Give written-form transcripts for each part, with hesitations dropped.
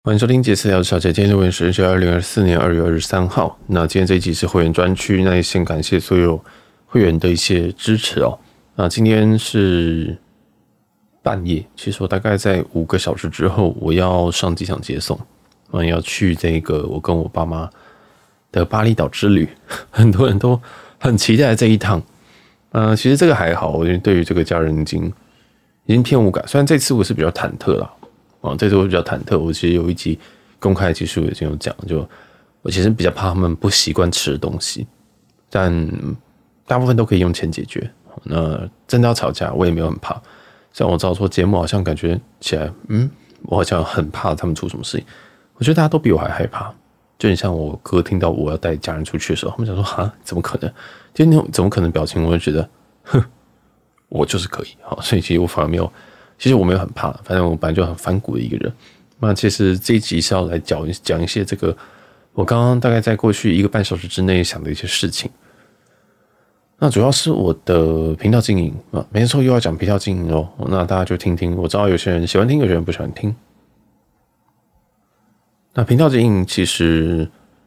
欢迎收听杰斯聊小姐，今天录音时间是2024年2月23号。那今天这一集是会员专区，那也先感谢所有会员的一些支持哦。那今天是半夜，其实我大概在5个小时之后，我要上机场接送，要去这个我跟我爸妈的巴厘岛之旅，很多人都很期待这一趟。其实这个还好，我觉得对于这个家人已经偏无感，虽然这次我是比较忐忑啦。这次我比较忐忑，我其实有一集公开技术已经有讲，就我其实比较怕他们不习惯吃的东西，但大部分都可以用钱解决。那真的要吵架，我也没有很怕。像我照说节目，好像感觉起来，我好像很怕他们出什么事情。我觉得大家都比我还害怕。就很像我哥听到我要带家人出去的时候，他们想说：“哈，怎么可能？”就那种怎么可能表情，我就觉得，哼，我就是可以。所以其实我反而没有。其实我没有很怕，反正我本来就很反骨的一个人。那其实这一集是要来讲一些这个我刚刚大概在过去1个半小时之内想的一些事情。那主要是我的频道经营啊，没错，又要讲频道经营哦。那大家就听听，我知道有些人喜欢听，有些人不喜欢听。那频道经营其实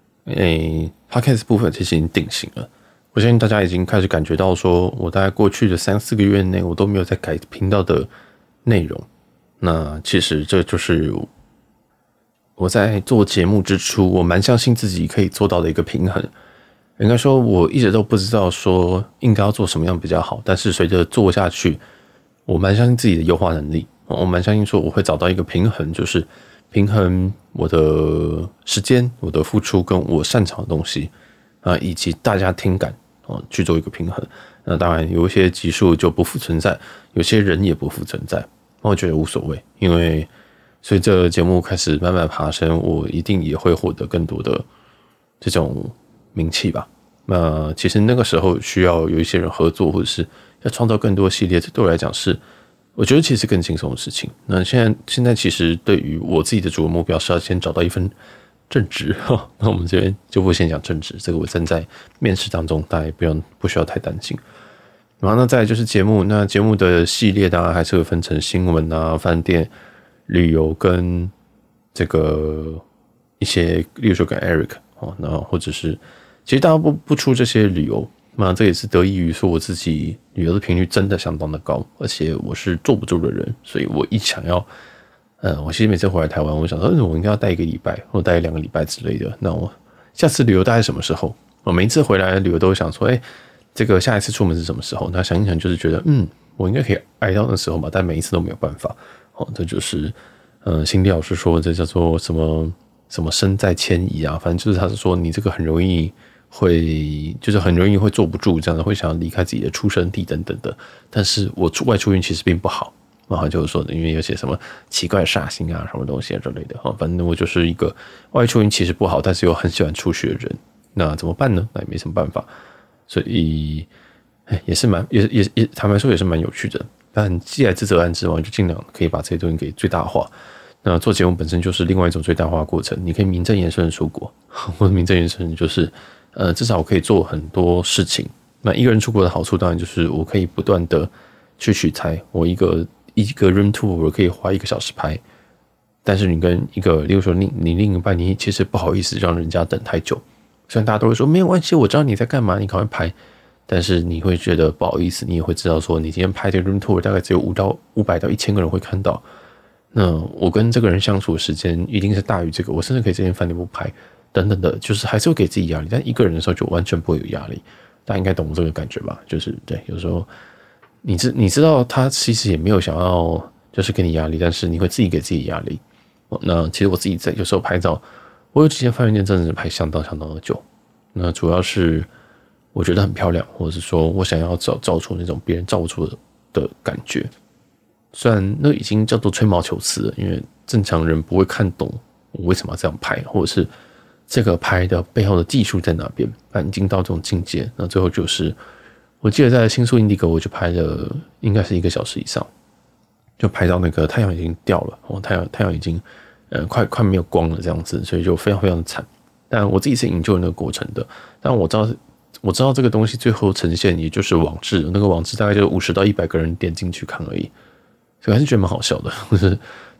，Podcast 部分其实已经定型了。我相信大家已经开始感觉到说，我大概过去的3-4个月内，我都没有在改频道的内容。那其实这就是我在做节目之初，我蛮相信自己可以做到的一个平衡。应该说，我一直都不知道说应该要做什么样比较好，但是随着做下去，我蛮相信自己的优化能力。我蛮相信说我会找到一个平衡，就是平衡我的时间、我的付出跟我擅长的东西以及大家听感去做一个平衡。那当然有一些集数就不复存在，有些人也不复存在，我觉得无所谓，因为随着节目开始慢慢爬升，我一定也会获得更多的这种名气吧。那其实那个时候需要有一些人合作，或者是要创造更多系列，这对我来讲是我觉得其实更轻松的事情。那现在其实对于我自己的主要目标是要先找到一份正职。那我们这边就不先讲正职，这个我正在面试当中，大家不需要太担心。然后那再来就是节目，那节目的系列当然还是会分成新闻啊、饭店、旅游跟这个一些，例如说跟 Eric 那或者是其实大家不出这些旅游，那这也是得益于说我自己旅游的频率真的相当的高，而且我是坐不住的人，所以我一想要我其实每次回来台湾，我想说我应该要待1个礼拜或待2个礼拜之类的。那我下次旅游大概什么时候？我每一次回来旅游都会想说，这个下一次出门是什么时候？那想一想就是觉得，我应该可以挨到那时候吧，但每一次都没有办法。这就是心理老师说这叫做什么身在迁移啊，反正就是他是说你这个很容易会坐不住，这样的会想要离开自己的出生地等等的。但是我外出运气其实并不好，然后就是说因为有些什么奇怪的煞星啊什么东西之类的，反正我就是一个外出运气其实不好，但是又很喜欢出去的人。那怎么办呢？那也没什么办法。所以也是坦白说也是蛮有趣的，但既来之则安之嘛，就尽量可以把这些东西给最大化。那做节目本身就是另外一种最大化的过程，你可以名正言顺的出国，或者名正言顺就是至少我可以做很多事情。那一个人出国的好处当然就是我可以不断的去取材，我一个 room tour 我可以花1个小时拍，但是你跟一个例如说你另一半，你其实不好意思让人家等太久。虽然大家都会说没有关系，我知道你在干嘛，你赶快拍，但是你会觉得不好意思，你也会知道说你今天拍的 room tour 大概只有500到1000个人会看到，那我跟这个人相处的时间一定是大于这个，我甚至可以这间饭店不拍等等的，就是还是会给自己压力，但一个人的时候就完全不会有压力。大家应该懂这个感觉吧？就是对，有时候你知道他其实也没有想要就是给你压力，但是你会自己给自己压力。那其实我自己在有时候拍照，我有几间饭店真的是拍相当的久，那主要是我觉得很漂亮，或者是说我想要照出那种别人照不出的感觉。虽然那已经叫做吹毛求疵了，因为正常人不会看懂我为什么要这样拍，或者是这个拍的背后的技术在哪边。但已经到这种境界，那最后就是我记得在新宿印第格我就拍了应该是1个小时以上，就拍到那个太阳已经掉了，太阳已经快没有光了这样子，所以就非常的惨。但我自己是enjoy那个过程的，但我知道这个东西最后呈现也就是网志，那个网志大概就50到100个人点进去看而已，所以还是觉得蛮好笑的，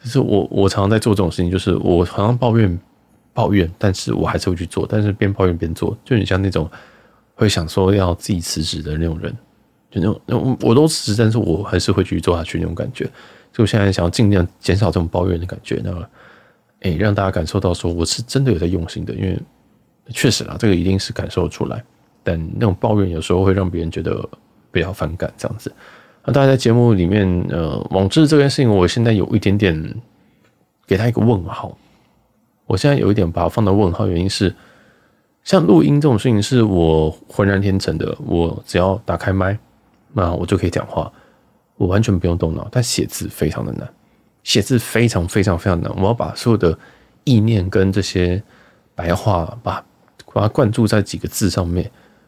就是我常常在做这种事情，就是我好像抱怨，但是我还是会去做，但是边抱怨边做，就很像那种会想说要自己辞职的那种人，就那种我都辞职，但是我还是会继续做下去那种感觉。所以我现在想要尽量减少这种抱怨的感觉，那让大家感受到说我是真的有在用心的，因为确实啦，这个一定是感受出来，但那种抱怨有时候会让别人觉得比较反感这样子。那大家在节目里面，网志这件事情，我现在有一点点给他一个问号。我现在有一点把它放到问号，原因是像录音这种事情是我浑然天成的，我只要打开麦，那我就可以讲话，我完全不用动脑。但写字非常的难，写字非常非常非常难，我要把所有的意念跟这些白话把它灌注在几个字上面，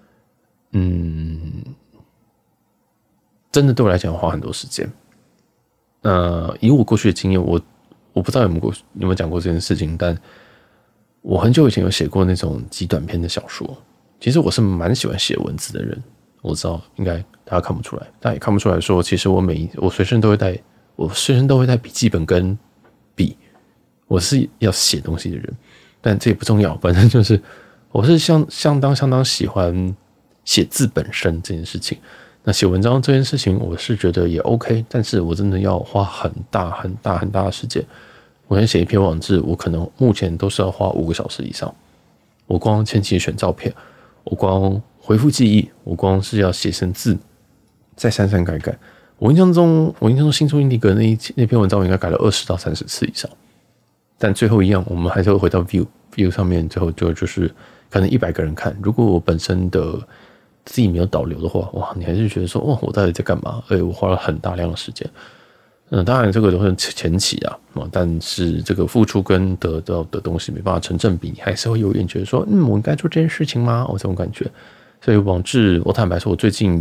真的对我来讲花很多时间。以我过去的经验，我不知道有没有讲过这件事情，但我很久以前有写过那种极短篇的小说。其实我是蛮喜欢写文字的人，我知道应该大家看不出来，大家也看不出来说，其实我随身都会带笔记本跟笔，我是要写东西的人。但这也不重要，反正就是我是相当喜欢写字本身这件事情。那写文章这件事情，我是觉得也 OK， 但是我真的要花很大的时间。我先写一篇网志，我可能目前都是要花5个小时以上。我光前期选照片，我光回复记忆，我光是要写成字，再删改。我印象中新出印地格那篇文章，我应该改了20到30次以上。但最后一样，我们还是会回到 view 上面，最后就是可能100个人看。如果我本身的自己没有导流的话，哇，你还是觉得说，哇，我到底在干嘛？我花了很大量的时间。当然这个都是前期啊，但是这个付出跟得到的东西没办法成正比，你还是会有点觉得说，我应该做这件事情吗？这种感觉。所以网志，我坦白说，我最近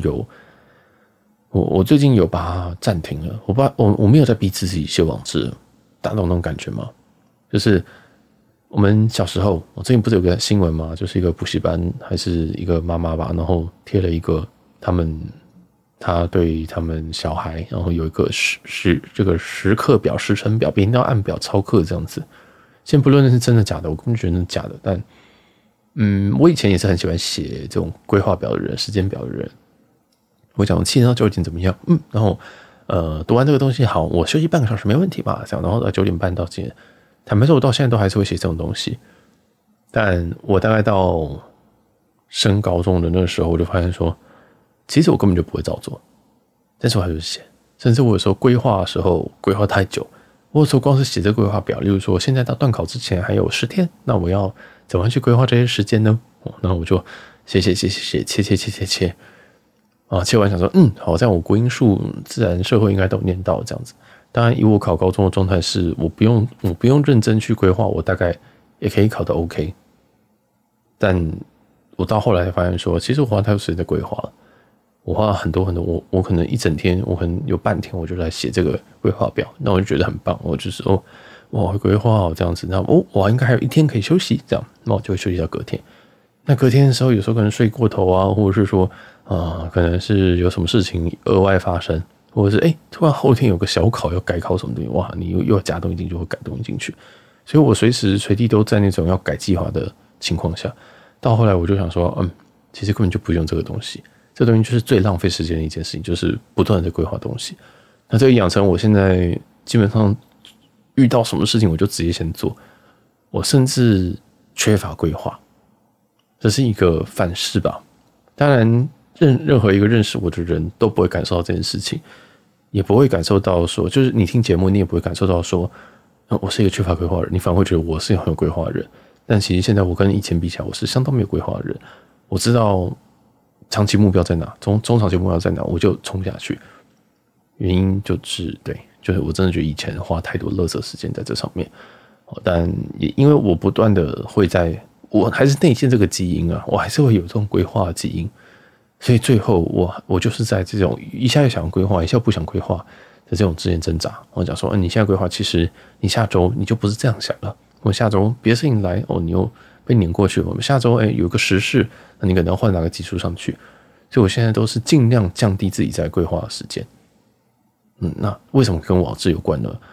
有把它暂停了。我没有在逼自己写网志了，大家懂那种感觉吗？就是我们小时候，我最近不是有个新闻吗？就是一个补习班还是一个妈妈吧，然后贴了一个他对他们小孩，然后有一个这个时刻表、时程表，每天都要按表操课这样子。先不论那是真的假的，我根本觉得那是假的。但我以前也是很喜欢写这种规划表的人、时间表的人。我讲7点到9点怎么样？然后读完这个东西好，我休息半个小时没问题吧？这样，然后9点半到9点。坦白说，我到现在都还是会写这种东西，但我大概到升高中的那个时候，我就发现说，其实我根本就不会照做，但是我还是写。甚至我有时候规划的时候规划太久，我有时候光是写这个规划表，例如说现在到段考之前还有10天，那我要怎么去规划这些时间呢？那我就写，切切完想说，好，这样我国英数自然社会应该都念到这样子。当然，以我考高中的状态是，我不用认真去规划，我大概也可以考得 OK。但我到后来才发现说，其实我花太多时间在规划了，我花了很多，我可能一整天，我可能有半天我就来写这个规划表，那我就觉得很棒，我就是我会规划好这样子，那我应该还有1天可以休息，这样，那我就会休息到隔天。那隔天的时候，有时候可能睡过头啊，或者是说可能是有什么事情额外发生。或者是突然后天有个小考要改考什么东西，哇，你又要加东西进去或改东西进去，所以我随时随地都在那种要改计划的情况下。到后来我就想说，其实根本就不用这个东西，这东西就是最浪费时间的一件事情，就是不断的在规划东西。那这个养成我现在基本上遇到什么事情我就直接先做，我甚至缺乏规划，这是一个反噬吧。当然任何一个认识我的人都不会感受到这件事情，也不会感受到说，就是你听节目你也不会感受到说，我是一个缺乏规划的人，你反而会觉得我是一个很有规划的人。但其实现在我跟以前比起来，我是相当没有规划的人。我知道长期目标在哪，中长期目标在哪，我就冲下去。原因就是我真的觉得以前花太多垃圾时间在这上面。但也因为我不断的会我还是内建这个基因啊，我还是会有这种规划的基因。所以最后我就是在这种一下又想规划，一下不想规划的这种之间挣扎。我讲说，你现在规划，其实你下周你就不是这样想了。我下周别的事情来，你又被碾过去了。我们下周有个时事，那你可能要换哪个技术上去。所以我现在都是尽量降低自己在规划的时间。那为什么跟网志有关呢？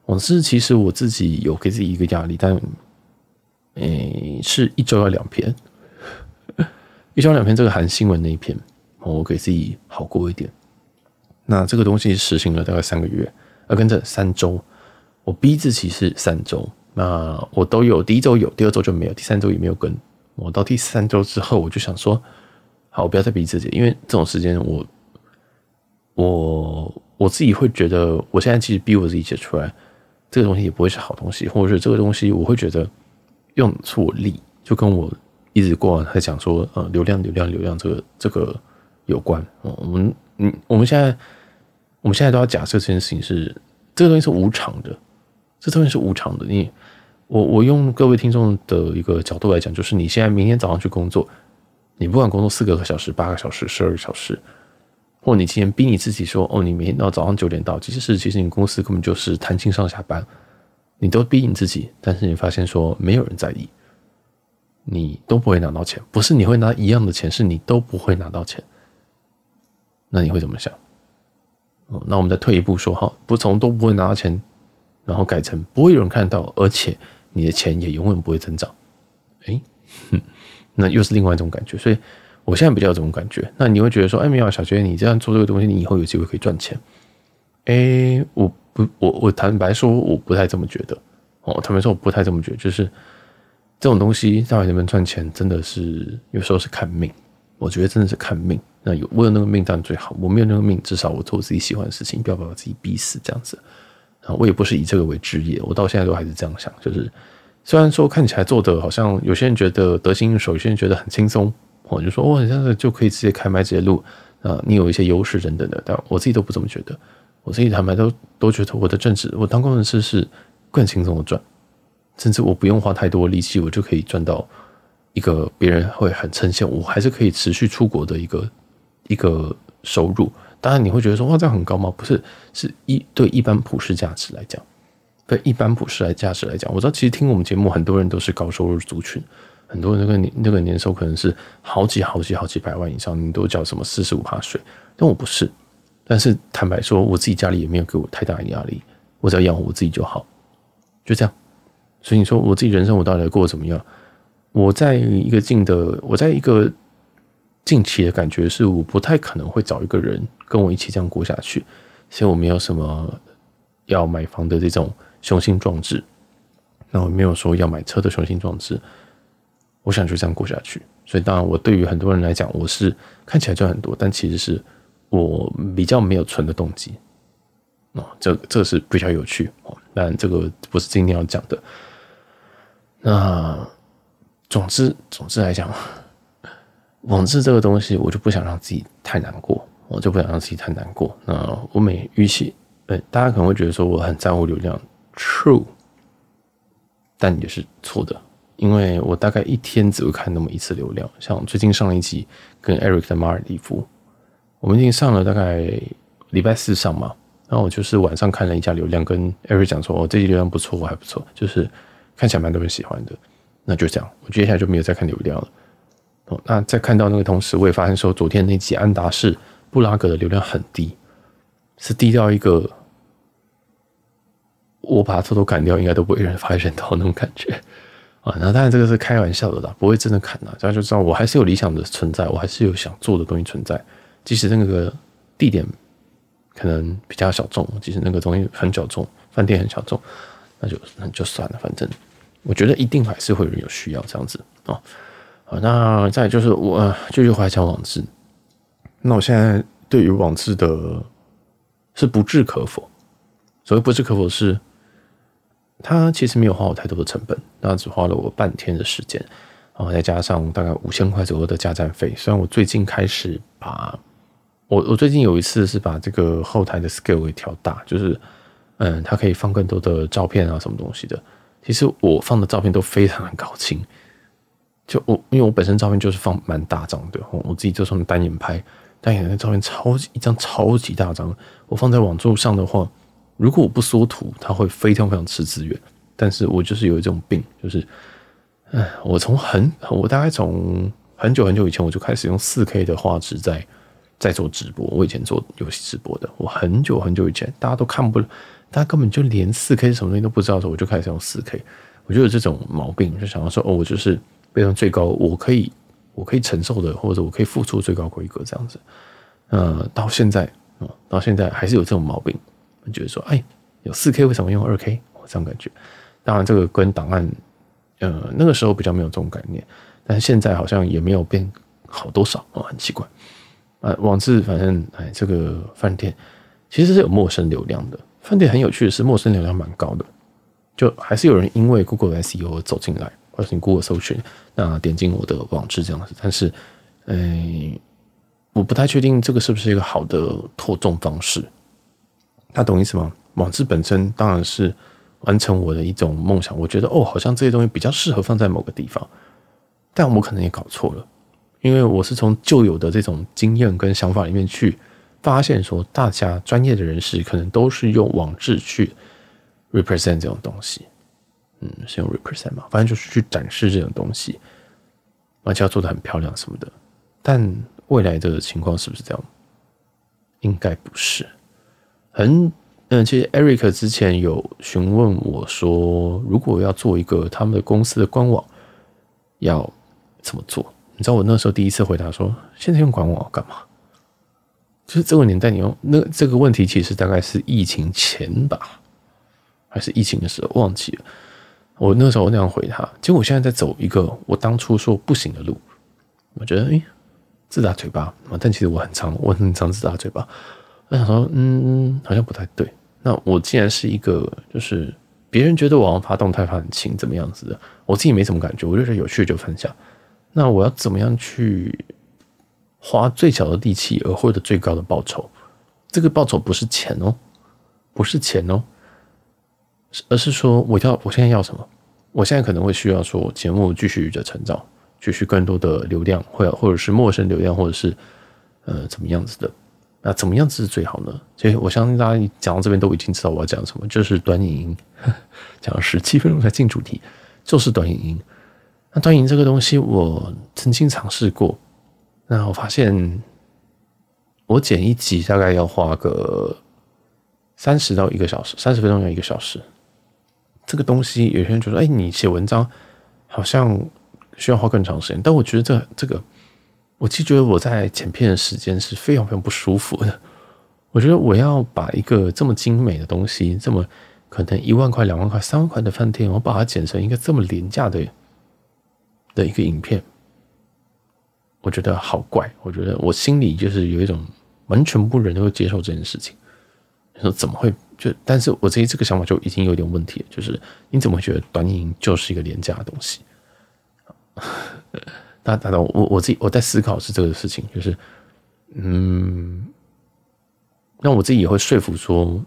网志其实我自己有给自己一个压力，但是1周要2篇，1周2篇这个含新闻那一篇，我给自己好过一点。那这个东西实行了大概3个月，跟着3周，我逼自己是3周，那我都有，第1周有，第2周就没有，第3周也没有跟。我到第3周之后，我就想说，好，我不要再逼自己，因为这种时间我自己会觉得，我现在其实逼我自己写出来，这个东西也不会是好东西，或者是这个东西我会觉得用错力，就跟我一直过往在讲说，流量这个有关。我们现在都要假设这件事情是这个东西是无常的，这东西是无常的。我用各位听众的一个角度来讲，就是你现在明天早上去工作，你不管工作4个小时、8个小时、12个小时，或你今天逼你自己说，你明天到早上9点到，其实你公司根本就是弹性上下班，你都逼你自己，但是你发现说没有人在意，你都不会拿到钱，不是你会拿一样的钱，是你都不会拿到钱，那你会怎么想？那我们再退一步说，不从都不会拿到钱，然后改成不会有人看到，而且你的钱也永远不会增长，那又是另外一种感觉。所以我现在比较有这种感觉。那你会觉得说，没有小杰，你这样做这个东西，你以后有机会可以赚钱。我坦白说，我不太这么觉得。坦白说，我不太这么觉得，就是这种东西到底能不能赚钱，真的是有时候是看命。我觉得真的是看命。那我有那个命当然最好，我没有那个命，至少我做自己喜欢的事情，不要把自己逼死这样子。我也不是以这个为职业，我到现在都还是这样想，就是虽然说看起来做的好像有些人觉得得心应手，有些人觉得很轻松，我就说我很像就可以直接开麦直接录，你有一些优势等等的，但我自己都不这么觉得，我自己坦白都觉得我的正职，我当工程师是更轻松的赚，甚至我不用花太多力气，我就可以赚到一个别人会很称羡，我还是可以持续出国的一个收入。当然你会觉得说，哇，这样很高吗？不是，是对一般普世价值来讲，对一般普世价值来讲，我知道其实听我们节目很多人都是高收入族群，很多那个年收可能是好几百万以上，你都缴什么45%税，但我不是。但是坦白说，我自己家里也没有给我太大的压力，我只要养活我自己就好，就这样。所以你说我自己人生我到底过得怎么样？我在一个近期的感觉是，我不太可能会找一个人跟我一起这样过下去，所以我没有什么要买房的这种雄心壮志，那我没有说要买车的雄心壮志，我想就这样过下去。所以当然，我对于很多人来讲，我是看起来赚很多，但其实是我比较没有存的动机。这是比较有趣，但这个不是今天要讲的。那总之来讲，网志这个东西，我就不想让自己太难过，那我与其大家可能会觉得说我很在乎流量 ，true， 但也是错的，因为我大概一天只会看那么一次流量。像最近上一集跟 Eric 的马尔利夫，我们已经上了大概礼拜4上嘛，然后我就是晚上看了一下流量，跟 Eric 讲说，这集流量不错，我还不错，就是看起来蛮多人喜欢的，那就这样，我接下来就没有再看流量了。那在看到那个同时，我也发现说，昨天那集安达仕布拉格的流量很低，是低到一个我把它偷偷砍掉，应该都不会有人发现到那种感觉那当然这个是开玩笑的啦，不会真的砍啦。大家就知道我还是有理想的存在，我还是有想做的东西存在，即使那个地点可能比较小众，即使那个东西很小众，饭店很小众，那就算了，反正我觉得一定还是会有人有需要这样子好，那再来就是我继续回来讲网志。那我现在对于网志的是不置可否。所谓不置可否是，它其实没有花我太多的成本，那只花了我半天的时间，然后再加上大概5000块左右的加站费。虽然我最近开始把我最近有一次是把这个后台的 scale 给调大，就是它可以放更多的照片啊什么东西的。其实我放的照片都非常的高清。因为我本身照片就是放蛮大张的，我自己就从单眼拍，单眼的照片一张超级大张，我放在网络上的话，如果我不缩图，它会非常非常吃资源。但是我就是有一种病，就是我大概从很久以前我就开始用 4K 的画质在做直播。我以前做游戏直播的，我很久以前大家都看不， 大家根本就连4K 是什么东西都不知道的时候，我就开始用4K。我就有这种毛病，就想要说我就是备用最高我可以承受的，或者我可以付出最高规格这样子。到现在还是有这种毛病，我觉得说有4K 为什么用2K？这种感觉。当然这个跟档案那个时候比较没有这种概念，但是现在好像也没有变好多少很奇怪。网志反正这个饭店其实是有陌生流量的，饭店很有趣的是陌生流量蛮高的，就还是有人因为 Google SEO 走进来，或者你 Google 搜寻，那点进我的网志这样子。但是我不太确定这个是不是一个好的拓众方式，他懂意思吗？网志本身当然是完成我的一种梦想，我觉得好像这些东西比较适合放在某个地方，但我可能也搞错了，因为我是从旧有的这种经验跟想法里面去发现说，大家专业的人士可能都是用网志去 represent 这种东西，是用 represent 嘛，反正就是去展示这种东西，而且要做得很漂亮什么的。但未来的情况是不是这样？应该不是。其实 Eric 之前有询问我说，如果要做一个他们的公司的官网，要怎么做？你知道我那时候第一次回答说，现在用官网要干嘛？就是这个年代你用这个问题，其实大概是疫情前吧，还是疫情的时候忘记了。我那时候那样回他，结果我现在在走一个我当初说不行的路。我觉得自打嘴巴，但其实我很常自打嘴巴。我想说，好像不太对。那我既然是一个，就是别人觉得我好像发动态发很勤，怎么样子的，我自己没什么感觉，我就觉得有趣就分享。那我要怎么样去花最小的力气而获得最高的报酬？这个报酬不是钱哦，而是说我现在要什么？我现在可能会需要说节目继续的成长，继续更多的流量，或者是陌生流量，或者是怎么样子的。那怎么样子是最好呢？其实我相信大家讲到这边都已经知道我要讲什么，就是短影音。讲了17分钟才进主题，就是短影音。那短影音这个东西，我曾经尝试过。那我发现，我剪一集大概要花个30到1个小时，30分钟到1个小时。这个东西，有些人就说：“你写文章好像需要花更长时间。”但我觉得这个。我其实觉得我在剪片的时间是非常非常不舒服的。我觉得我要把一个这么精美的东西，这么可能1万块、2万块、3万块的饭店，我把它剪成一个这么廉价的一个影片，我觉得好怪。我觉得我心里就是有一种完全不能够接受这件事情。说怎么会？但是我这个想法就已经有点问题了，就是你怎么会觉得短影音就是一个廉价的东西？大家我在思考是这个事情，就是那我自己也会说服说，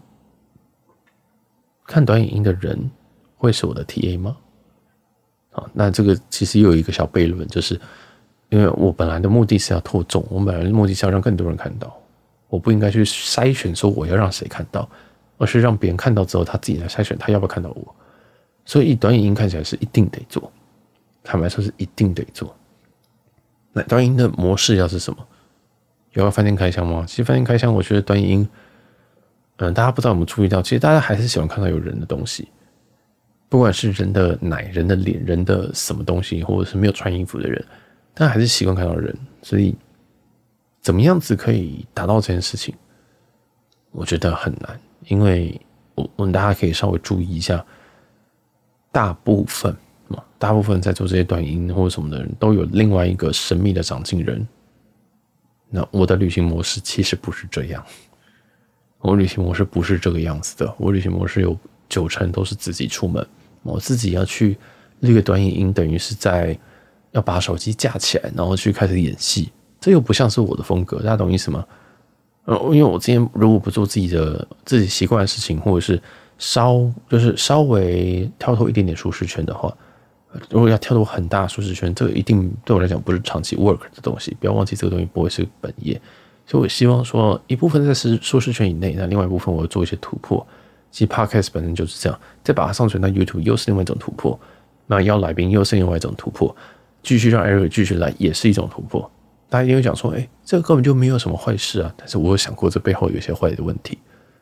看短影音的人会是我的 TA 吗？那这个其实又有一个小悖论，就是因为我本来的目的是要拓众，我本来的目的是要让更多人看到，我不应该去筛选说我要让谁看到，而是让别人看到之后他自己来筛选他要不要看到我。所以短影音看起来是一定得做，坦白说是一定得做。那短影音的模式要是什么？有要饭店开箱吗？其实饭店开箱，我觉得短影音，大家不知道有没有注意到，其实大家还是喜欢看到有人的东西，不管是人的奶、人的脸、人的什么东西，或者是没有穿衣服的人，大家还是习惯看到人。所以，怎么样子可以达到这件事情？我觉得很难，因为我们大家可以稍微注意一下，大部分在做这些短影音或者什么的人都有另外一个神秘的掌镜人。那我的旅行模式其实不是这样，我旅行模式不是这个样子的。我旅行模式有90%都是自己出门，我自己要去那个短影音，等于是要把手机架起来，然后去开始演戏。这又不像是我的风格，大家懂意思吗？因为我之前如果不做自己习惯的事情，或者是稍微跳脱一点点舒适圈的话，如果要跳脱很大舒适圈，这个一定对我来讲不是长期 work 的东西。不要忘记这个东西不会是本业，所以我希望说一部分在舒适圈以内，那另外一部分我要做一些突破。其实 podcast 本身就是这样，再把它上传到 YouTube 又是另外一种突破，那邀来宾又是另外一种突破，继续让 Eric 继续来也是一种突破。大家一定会讲说，这个根本就没有什么坏事啊，但是我有想过这背后有一些坏的问题。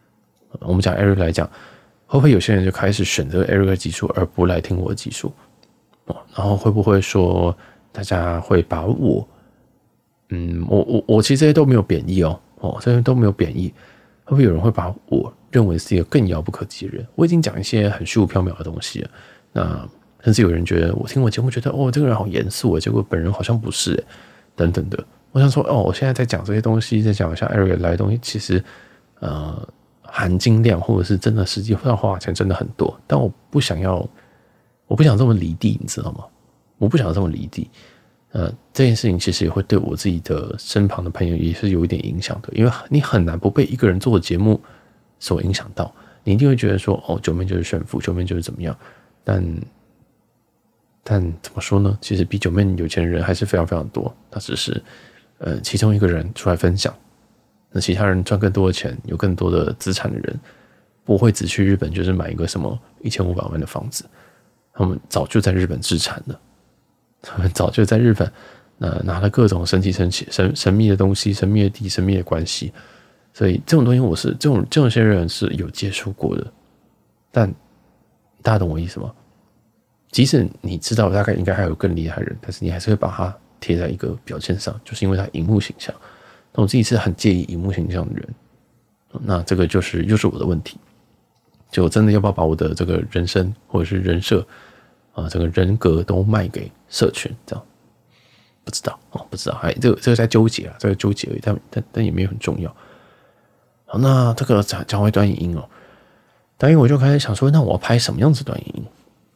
我们讲 Eric 来讲，会不会有些人就开始选择 Eric 的集数，而不来听我的集数？然后会不会说大家会把我其实这些都没有贬义这些都没有贬义。会不会有人会把我认为是一个更遥不可及的人？我已经讲一些很虚无缥缈的东西了，那甚至有人觉得我听我节目觉得这个人好严肃结果本人好像不是等等的。我想说我现在在讲这些东西，在讲一下 Eric 来的东西，其实含金量或者是真的实际上花钱真的很多，但我不想这么离地，你知道吗？我不想这么离地。这件事情其实也会对我自己的身旁的朋友也是有一点影响的，因为你很难不被一个人做的节目所影响到，你一定会觉得说九妹就是炫富，九妹就是怎么样，但怎么说呢？其实比九妹有钱的人还是非常非常多，他只是其中一个人出来分享，那其他人赚更多的钱，有更多的资产的人，不会只去日本就是买一个什么1500万的房子，他们早就在日本置产了。他们早就在日本，拿了各种神秘的东西、神秘的地、神秘的关系，所以这种东西我是这种些人是有接触过的，但大家懂我意思吗？即使你知道大概应该还有更厉害的人，但是你还是会把它贴在一个标签上，就是因为他荧幕形象。那我自己是很介意荧幕形象的人，那这个又是我的问题，就真的要不要把我的这个人生或者是人设这个人格都卖给社群，这样不知道，这个在纠结这个纠结而已，但也没有很重要。好，那这个讲回短影音短影音我就开始想说，那我要拍什么样子短影音？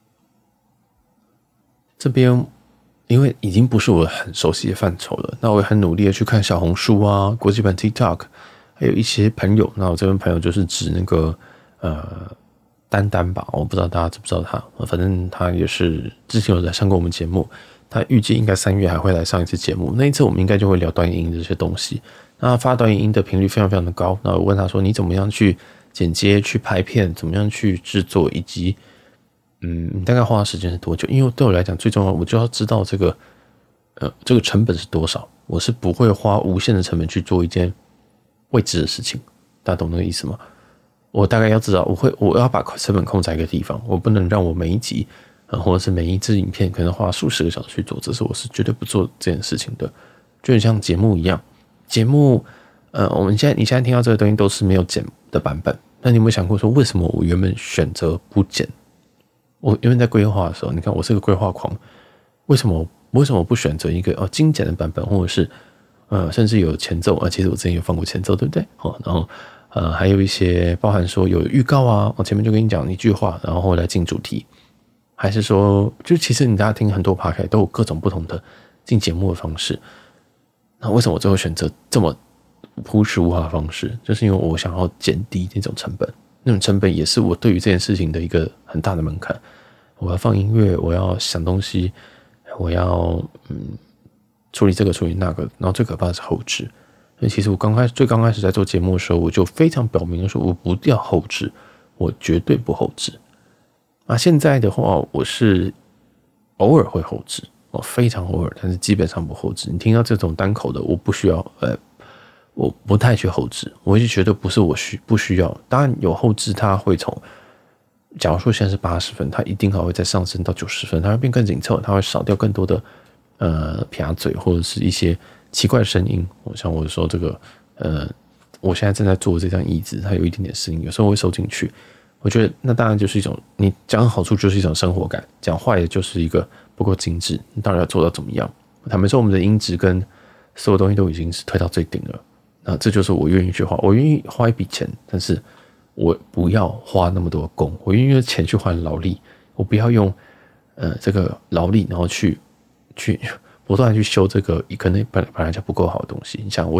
这边因为已经不是我很熟悉的范畴了，那我也很努力的去看小红书国际版 TikTok， 还有一些朋友，那我这边朋友就是指那个丹吧，我不知道大家知不知道他，反正他也是之前有来上过我们节目，他预计应该3月还会来上一次节目，那一次我们应该就会聊短影音这些东西。那发短影音的频率非常非常的高，那我问他说你怎么样去剪接、去拍片，怎么样去制作，以及你大概花的时间是多久？因为对我来讲最重要，我就要知道这个成本是多少，我是不会花无限的成本去做一件未知的事情，大家懂那个意思吗？我大概要知道，我要把成本控在一个地方，我不能让我每一集或者是每一支影片可能花数十个小时去做，这是我是绝对不做这件事情的。就很像节目一样，节目你现在听到这个东西都是没有剪的版本，那你有没有想过说，为什么我原本选择不剪？我原本在规划的时候，你看我是个规划狂，为什么不选择一个精简的版本，或者是甚至有前奏其实我之前有放过前奏，对不对？然后还有一些包含说有预告我前面就跟你讲一句话，然后后来进主题，还是说就其实你大家听很多 podcast 都有各种不同的进节目的方式，那为什么我最后选择这么朴实无华的方式？就是因为我想要减低那种成本，那种成本也是我对于这件事情的一个很大的门槛。我要放音乐，我要想东西，我要处理这个处理那个，然后最可怕的是后置。所以其实我最刚开始在做节目的时候，我就非常表明说，我不要后置，我绝对不后置。现在的话，我是偶尔会后置，非常偶尔，但是基本上不后置。你听到这种单口的，我不需要，我不太去后置，我就觉得不是不需要。当然有后置，它会从，假如说现在是80分，它一定还会再上升到90分，它会变更紧凑，它会少掉更多的撇嘴或者是一些奇怪的声音。像我说这个我现在正在做这张椅子，它有一点点声音，有时候会收进去。我觉得那当然就是一种，你讲好处就是一种生活感，讲坏的就是一个不够精致。你到底要做到怎么样？坦白说，我们的音质跟所有东西都已经是推到最顶了。那这就是我愿意去花，我愿意花一笔钱，但是我不要花那么多的工，我愿意用钱去换劳力，我不要用这个劳力，然后去不断去修这个可能本来就不够好的东西。你想，我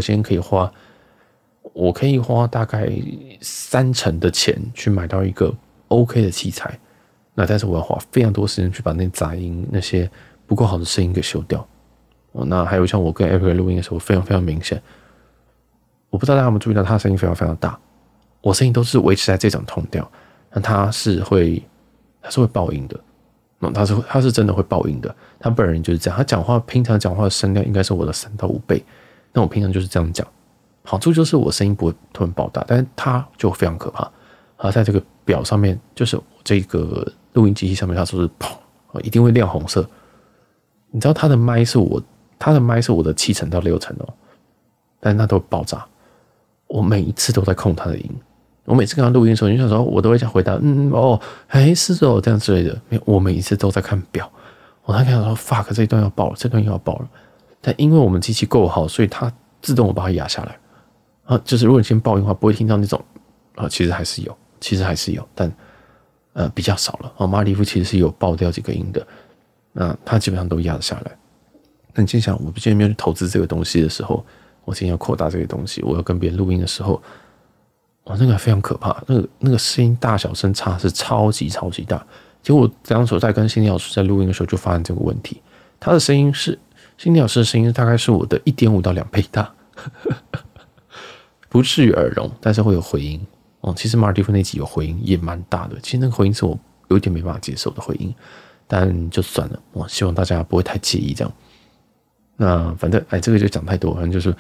可以花大概30%的钱去买到一个 OK 的器材，那但是我要花非常多时间去把那杂音、那些不够好的声音给修掉。那还有像我跟 Eric 录音的时候，非常非常明显。我不知道大家有没有注意到，他的声音非常非常大，我声音都是维持在这种痛调，那他是会爆音的，他是真的会爆音的，他本人就是这样，他平常讲话的声量应该是我的3到5倍，那我平常就是这样讲，好处就是我声音不会突然爆大，但是他就非常可怕， 在这个表上面，就是这个录音机器上面，它说是砰，一定会亮红色。你知道它的麦是我的7成到6成哦，但是它都会爆炸。我每一次都在控它的音，我每次跟他录音的时候，你想说，我都会这样回答，是哦，这样之类的。没有，我每一次都在看表，我在看说 fuck 这一段要爆了，这段要爆了。但因为我们机器够好，所以它自动把它压下来。就是如果你先爆音的话，不会听到那种其实还是有，但比较少了。马尔蒂夫其实是有爆掉几个音的。那它基本上都压得下来。那你今天想，我今天没有去投资这个东西的时候，我今天要扩大这个东西，我要跟别人录音的时候，哇，那个非常可怕，那个声音大小声差是超级超级大。结果我当时在跟辛迪老师在录音的时候，就发现这个问题，他的声音是辛迪老师的声音大概是我的 1.5 到2倍大，不至于耳聋，但是会有回音。其实马尔蒂夫那集有回音，也蛮大的。其实那个回音是我有一点没办法接受的回音。但就算了，我希望大家不会太介意这样。那反正这个就讲太多，反正就是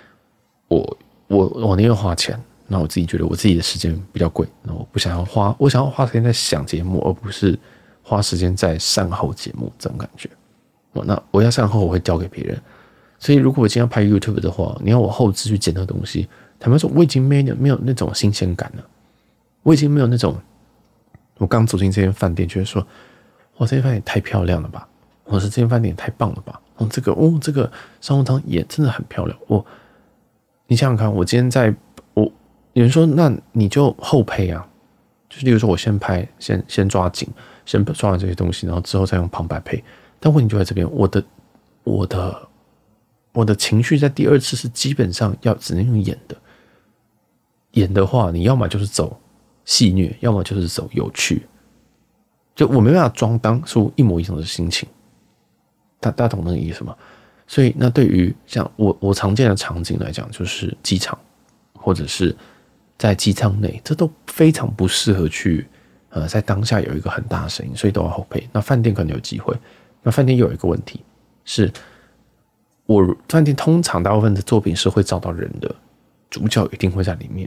我宁愿花钱，那我自己觉得我自己的时间比较贵，那我想要花时间在想节目，而不是花时间在善后节目这种感觉。那我要善后，我会交给别人。所以如果我今天要拍 YouTube 的话，你要我后置去剪那个东西，坦白说，我已经没有那种新鲜感了，我已经没有那种我刚走进这间饭店，觉得说。哇，这间饭店太漂亮了吧！或是这间饭店也太棒了吧！这个商务舱也真的很漂亮。你想想看，我今天有人说，那你就后配啊，就是例如说我先拍，先抓景，先抓完这些东西，然后之后再用旁白配。但问题就在这边，我的情绪在第二次是基本上只能用演的。演的话，你要么就是走戏谑，要么就是走有趣。就我没办法装当出一模一样的心情，大家懂那个意思吗？所以那对于像我常见的场景来讲，就是机场或者是在机舱内，这都非常不适合去在当下有一个很大的声音，所以都要后配。那饭店可能有机会，那饭店又有一个问题是，饭店通常大部分的作品是会找到人的，主角一定会在里面。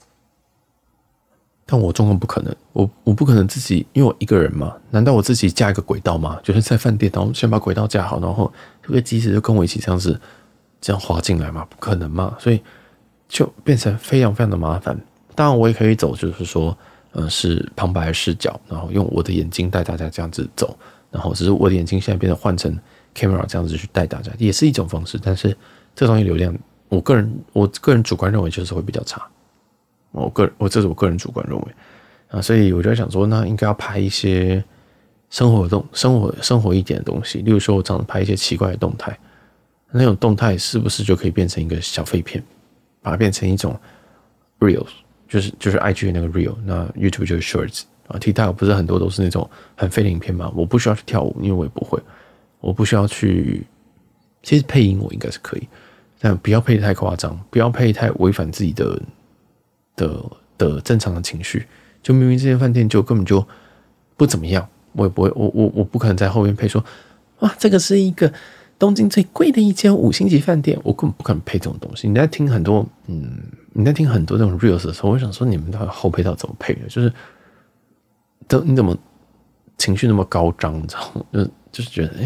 但我状况不可能，我不可能自己，因为我一个人嘛，难道我自己架一个轨道吗？就是在饭店，然后先把轨道架好，然后这个机子就跟我一起这样滑进来嘛？不可能嘛，所以就变成非常非常的麻烦。当然我也可以走，就是说，是旁白视角，然后用我的眼睛带大家这样子走，然后只是我的眼睛现在变成换成 camera 这样子去带大家，也是一种方式。但是这东西流量，我个人主观认为就是会比较差。这是我个人主观认为所以我就在想说，那应该要拍一些生活一点的东西，例如说我常拍一些奇怪的动态，那种动态是不是就可以变成一个小废片，把它变成一种 reels， 就是 IG 的那个 reel， 那 YouTube 就是 shorts TikTok 不是很多都是那种很废的影片吗？我不需要去跳舞，因为我也不会，我不需要去，其实配音我应该是可以，但不要配得太夸张，不要配太违反自己的正常的情绪。就明明这间饭店就根本就不怎么样，我也不会，我不可能在后面配说，哇，这个是一个东京最贵的一间5星级饭店，我根本不可能配这种东西。你在听很多这种 reels 的时候，我想说你们到底后配到怎么配的？就是你怎么情绪那么高涨，你知道吗？就是觉得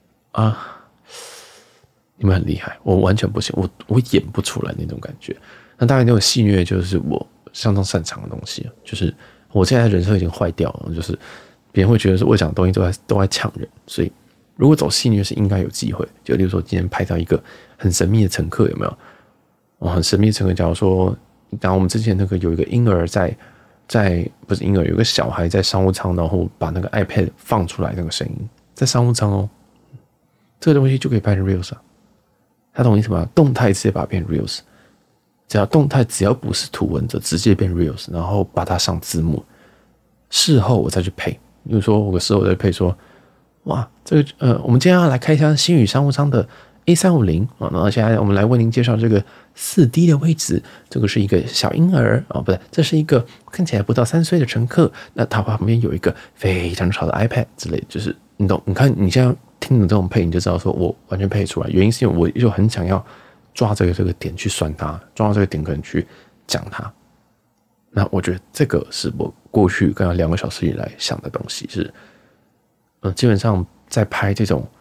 你们很厉害，我完全不行，我演不出来那种感觉。那当然那种戏谑就是我相当擅长的东西，就是我现在人设已经坏掉了，就是别人会觉得说我讲的东西都在呛人，所以如果走戏谑是应该有机会。就例如说今天拍到一个很神秘的乘客，有没有？很神秘的乘客，假如说我们之前那个有一个婴儿不是婴儿，有个小孩在商务舱，然后把那个 iPad 放出来那个声音，在商务舱哦，这个东西就可以拍成 reels 啊。他懂意思吗？动态直接把它变 reels。只要不是图文的，直接变 reels， 然后把它上字幕，事后我再去配。比如说我事后再配说，哇，这个我们今天要来开箱星宇商务舱的 A350然后现在我们来为您介绍这个4D 的位置，这个是一个小婴儿不对，这是一个看起来不到3岁的乘客，那他旁边有一个非常吵的 iPad 之类的，就是你懂？你看你现在听的这种配，你就知道说我完全配出来，原因是因为我就很想要抓这个点去酸它，抓到这个点可能去讲它。 那我觉得这个是我过去刚刚2个小时以来想的东西，是基本上在拍这种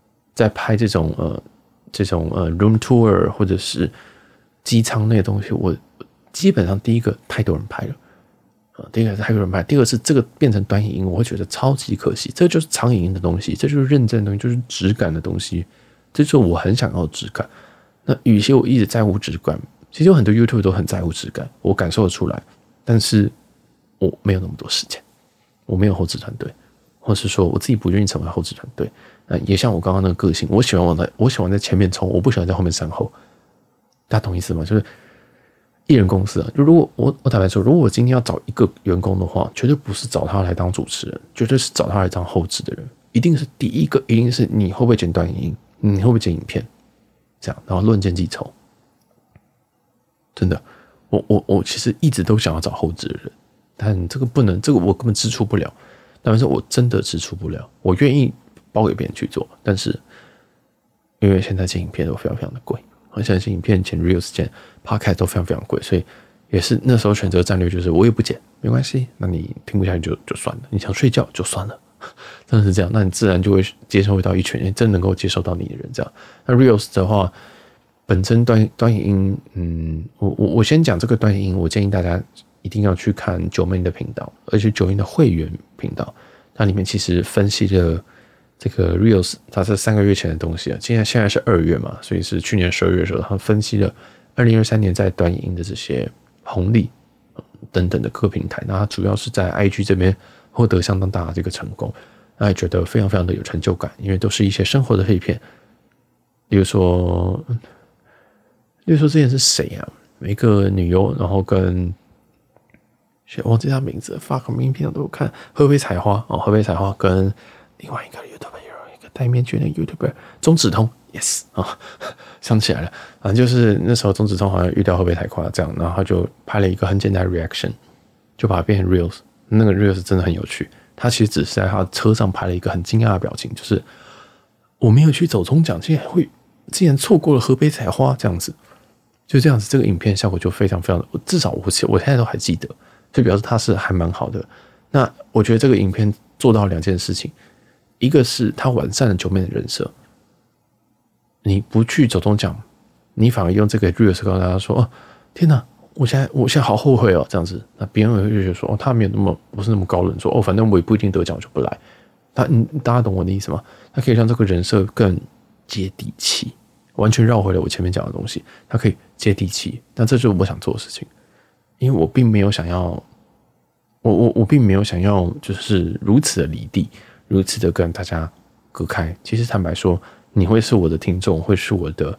room tour 或者是机舱内的东西，我基本上第一个太多人拍了。第一个是太多人拍，第二个是这个变成短影音，我会觉得超级可惜。这就是长影音的东西，这就是认真的东西，就是质感的东西，这就是我很想要的质感。那与其我一直在乎质感，其实有很多 YouTube 都很在乎质感，我感受得出来，但是我没有那么多时间，我没有后置团队，或是说我自己不愿意成为后置团队。也像我刚刚那个个性，我喜欢在前面冲，我不喜欢在后面善后。大家懂意思吗？就是艺人公司啊，就如果我坦白说，如果我今天要找一个员工的话，绝对不是找他来当主持人，绝对是找他来当后置的人。一定是第一个，一定是你会不会剪短影音，你会不会剪影片，这样，然后论件计酬。真的，我其实一直都想要找后置的人，但这个不能，这个我根本支出不了。但是我真的支出不了，我愿意包给别人去做，但是因为现在剪影片都非常非常的贵。现在剪影片、剪 Reels、剪 Podcast 都非常非常贵，所以也是那时候选择战略就是我也不剪，没关系，那你听不下去就算了，你想睡觉就算了，真的是这样，那你自然就会接受到一群真能够接受到你的人这样。那 Reels 的话，本身短影音，我先讲这个短影音，我建议大家一定要去看九妹的频道，而且九妹的会员频道，它里面其实分析了。这个 Reels 它是3个月前的东西了，现在是2月嘛，所以是去年12月的时候，他分析了2023年在短影音的这些红利等等的各平台，那它主要是在 IG 这边获得相当大的这个成功，那也觉得非常非常的有成就感，因为都是一些生活的废片，例如说之前是谁啊？一个女优，然后跟忘记她名字 ，fuck 名片都有看，河北采花哦，河北采花跟另外一个 YouTuber 有一个戴面具的 YouTuber 中指通 ，yes 啊，想起来了，反正就是那时候中指通好像遇到河北采花这样，然后他就拍了一个很简单的 reaction， 就把它变成 Reels， 那个 Reels 真的很有趣，他其实只是在他车上拍了一个很惊讶的表情，就是我没有去走中奖，竟然错过了河北采花这样子，就这样子，这个影片效果就非常非常的，至少我现在都还记得，就表示它是还蛮好的。那我觉得这个影片做到2件事情。一个是他完善了九妹的人设，你不去走中奖，你反而用这个 Reels 告诉大家说：“哦，天哪，我现在好后悔哦。”这样子，那别人会觉得说：“哦，他没有不是那么高冷，说哦，反正我也不一定得奖，我就不来。”大家懂我的意思吗？他可以让这个人设更接地气，完全绕回了我前面讲的东西，它可以接地气。那这就是我想做的事情，因为我并没有想要，我并没有想要就是如此的离地。如此的跟大家隔开，其实坦白说，你会是我的听众，会是我的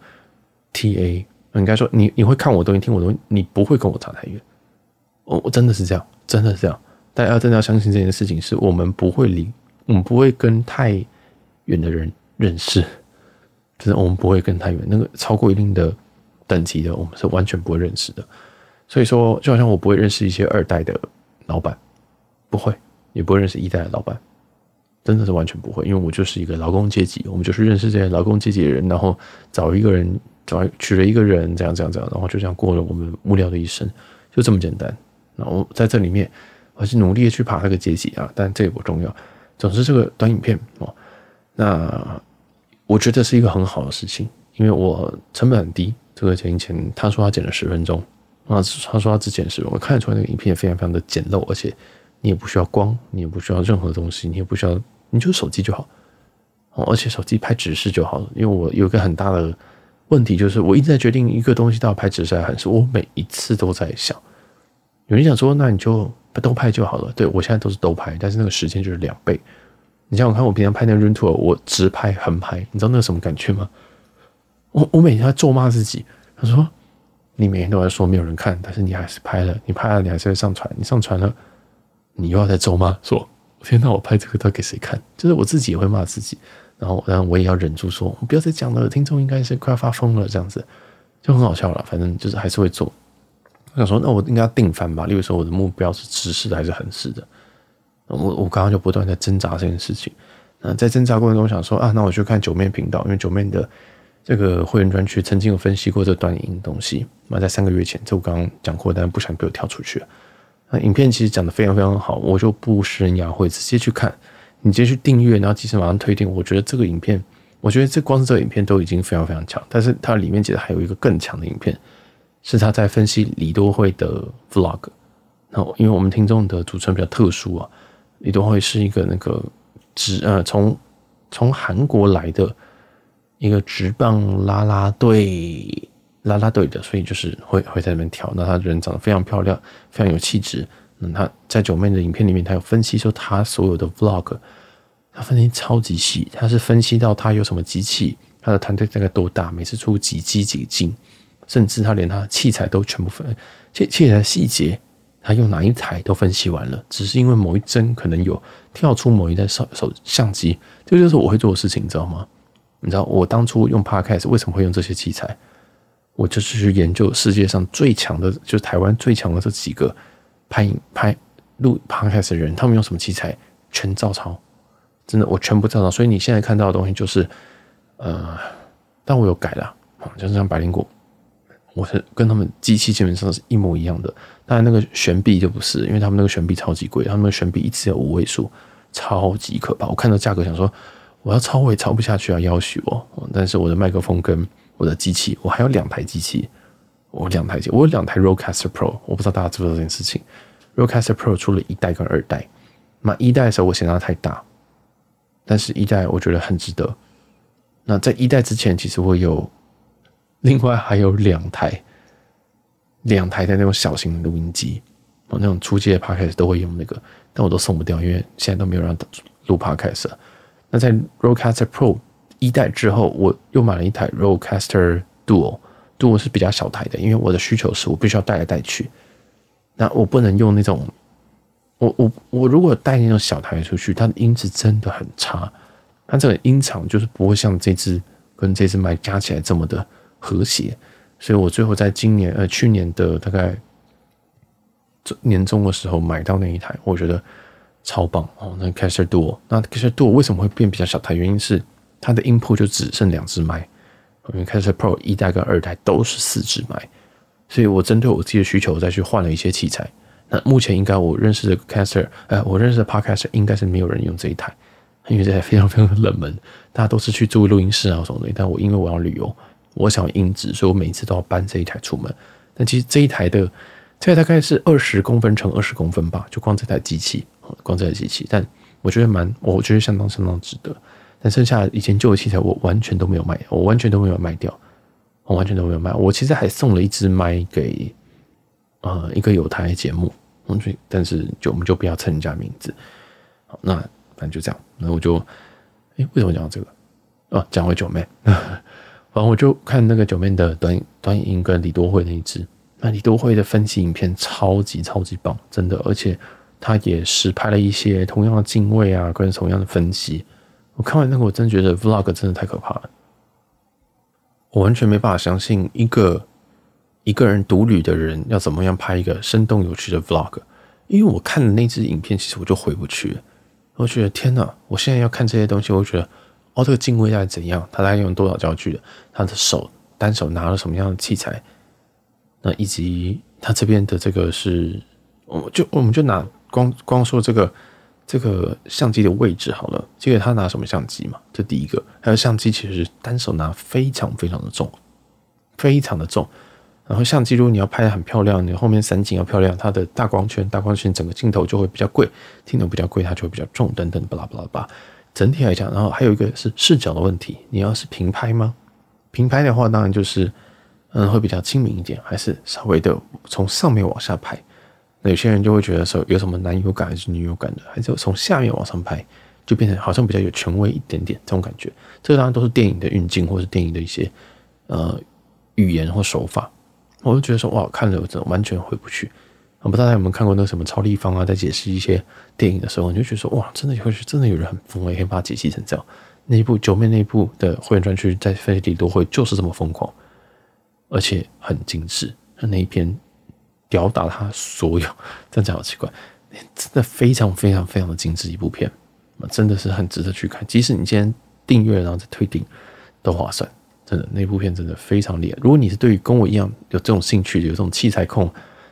TA， 应该说你会看我东西，听我东西，你不会跟我差太远。我真的是这样，真的是这样。大家真的要相信这件事情，是我们不会跟太远的人认识，就是我们不会跟太远，那个超过一定的等级的，我们是完全不会认识的。所以说，就好像我不会认识一些2代的老板，不会，也不会认识1代的老板。真的是完全不会，因为我就是一个劳工阶级，我们就是认识这些劳工阶级的人，然后娶了一个人，这样，然后就这样过了我们无聊的一生，就这么简单。然后在这里面，我是努力的去爬这个阶级啊，但这也不重要。总之，这个短影片哦，那我觉得是一个很好的事情，因为我成本很低。这个剪影前，他说他剪了10分钟，他说他只剪10分钟，我看得出来那个影片非常非常的简陋，而且你也不需要光，你也不需要任何东西，你也不需要。你就手机就好，而且手机拍直视就好了。因为我有一个很大的问题，就是我一直在决定一个东西到底拍直视还是横视，我每一次都在想。有人想说，那你就都拍就好了。对，我现在都是都拍，但是那个时间就是2倍。你想想看，我平常拍那个 room tour， 我直拍横拍，你知道那个什么感觉吗？我每天在咒骂自己，他说你每天都在说没有人看，但是你还是拍了，你拍了你还是会上传，你上传了，你又要在咒骂说。天哪！我拍这个到底给谁看？就是我自己也会骂自己，然后我也要忍住说，不要再讲了，听众应该是快要发疯了，这样子就很好笑了。反正就是还是会做。我想说，那我应该要定番吧？例如说，我的目标是直视的还是横视的？我刚刚就不断在挣扎这件事情。在挣扎过程中想说啊，那我去看九妹频道，因为九妹的这个会员专区曾经有分析过这短影音东西。那在3个月前，这我刚刚讲过，但是不想被我跳出去了。 那影片其实讲得非常非常好，我就不食人牙慧，直接去看，你直接去订阅，然后即时马上推荐。我觉得这个影片，我觉得光是这个影片都已经非常非常强，但是它里面其实还有一个更强的影片，是他在分析李多慧的 vlog。然后因为我们听众的组成比较特殊啊，李多慧是一个那个从韩国来的一个职棒啦啦队的，所以就是会在那边跳。那他人长得非常漂亮，非常有气质。他在九妹的影片里面，他有分析说他所有的 vlog， 他分析超级细，他是分析到他有什么机器，他的团队大概多大，每次出几机几斤，甚至他连他的器材都全部器材的细节，他用哪一台都分析完了，只是因为某一帧可能有跳出某一台手相机，这就是我会做的事情，你知道吗？你知道我当初用 Podcast 为什么会用这些器材？我就是去研究世界上最强的，就是台湾最强的这几个录 Podcast 的人，他们用什么器材，全照抄，真的我全部照抄。所以你现在看到的东西就是，但我有改了，就是像百灵果，我是跟他们机器基本上是一模一样的。当然那个悬臂就不是，因为他们那个悬臂超级贵，他们的悬臂一次有5位数，超级可怕。我看到价格想说，我要抄我也抄不下去啊，要许我。但是我的麦克风跟我的机器，我还有2台机器，我有2台 Rodecaster Pro， 我不知道大家知不知道这件事情。Rodecaster Pro 出了1代跟2代，那1代的时候我嫌它太大，但是1代我觉得很值得。那在1代之前，其实我有另外还有2台的那种小型的录音机，那种初阶的 Podcast 都会用那个，但我都送不掉，因为现在都没有人录 Podcast 了。那在 Rodecaster Pro 1代之后，我又买了一台 Rodecaster Duo 是比较小台的，因为我的需求是我必须要带来带去，那我不能用那种，我如果带那种小台出去，它的音质真的很差，它这个音场就是不会像这支跟这支麦加起来这么的和谐，所以我最后在去年的大概年中的时候买到那一台，我觉得超棒哦。那 Caster Duo， 那 Caster Duo 为什么会变比较小台？原因是它的 input 就只剩2支麦，因为 Caster Pro 1代跟2代都是4支麦，所以我针对我自己的需求再去换了一些器材。那目前应该我认识的 我认识的 Podcaster 应该是没有人用这一台，因为这台非常非常冷门，大家都是去住录音室啊什么的。但因为我要旅游，我想要音质，所以我每次都要搬这一台出门。但其实这一台大概是20公分乘20公分吧，就光这台机器，但我觉得相当值得。但剩下以前旧的器材我完全都没有卖，我完全都没有卖。我其实还送了一支麦给一个有台的节目，但是我们就不要称人家名字。好，那反正就这样。那我就为什么讲到这个？讲回九妹，反正我就看那个九妹的短影音跟李多慧那一支。那李多慧的分析影片超级棒，真的，而且他也实拍了一些同样的进位啊，跟同样的分析。我看完那个，我真的觉得 vlog 真的太可怕了。我完全没办法相信一个人独旅的人要怎么样拍一个生动有趣的 vlog， 因为我看了那支影片，其实我就回不去了。我觉得天哪，我现在要看这些东西，我觉得这个进位大概怎样，他大概用多少焦距的，他的单手拿了什么样的器材，那以及他这边的这个是，我们就拿光说这个相机的位置好了，这个他拿什么相机嘛？这第一个，还有相机其实单手拿非常的重，非常的重。然后相机如果你要拍得很漂亮，你后面散景要漂亮，它的大光圈整个镜头就会比较贵，镜头比较贵它就会比较重等等巴拉巴拉巴。整体来讲，然后还有一个是视角的问题，你要是平拍吗？平拍的话当然就是会比较亲民一点，还是稍微的从上面往下拍。那有些人就会觉得说有什么男友感还是女友感的，还是从下面往上拍，就变成好像比较有权威一点点这种感觉。这个当然都是电影的运镜或是电影的一些语言或手法。我就觉得说哇，看了我真的完全回不去。不知道大家有没有看过那个什么超立方啊，在解释一些电影的时候，你就觉得说哇，真的有人很疯，可以把它解析成这样。那一部九妹那一部的会员专区在分析李多慧就是这么疯狂，而且很精致。那一篇吊打他所有，这样讲好奇怪，真的非常的精致一部片，真的是很值得去看。即使你今天订阅然后再退订都划算。真的，那部片真的非常厉害。如果你是对于跟我一样有这种兴趣的，有这种器材控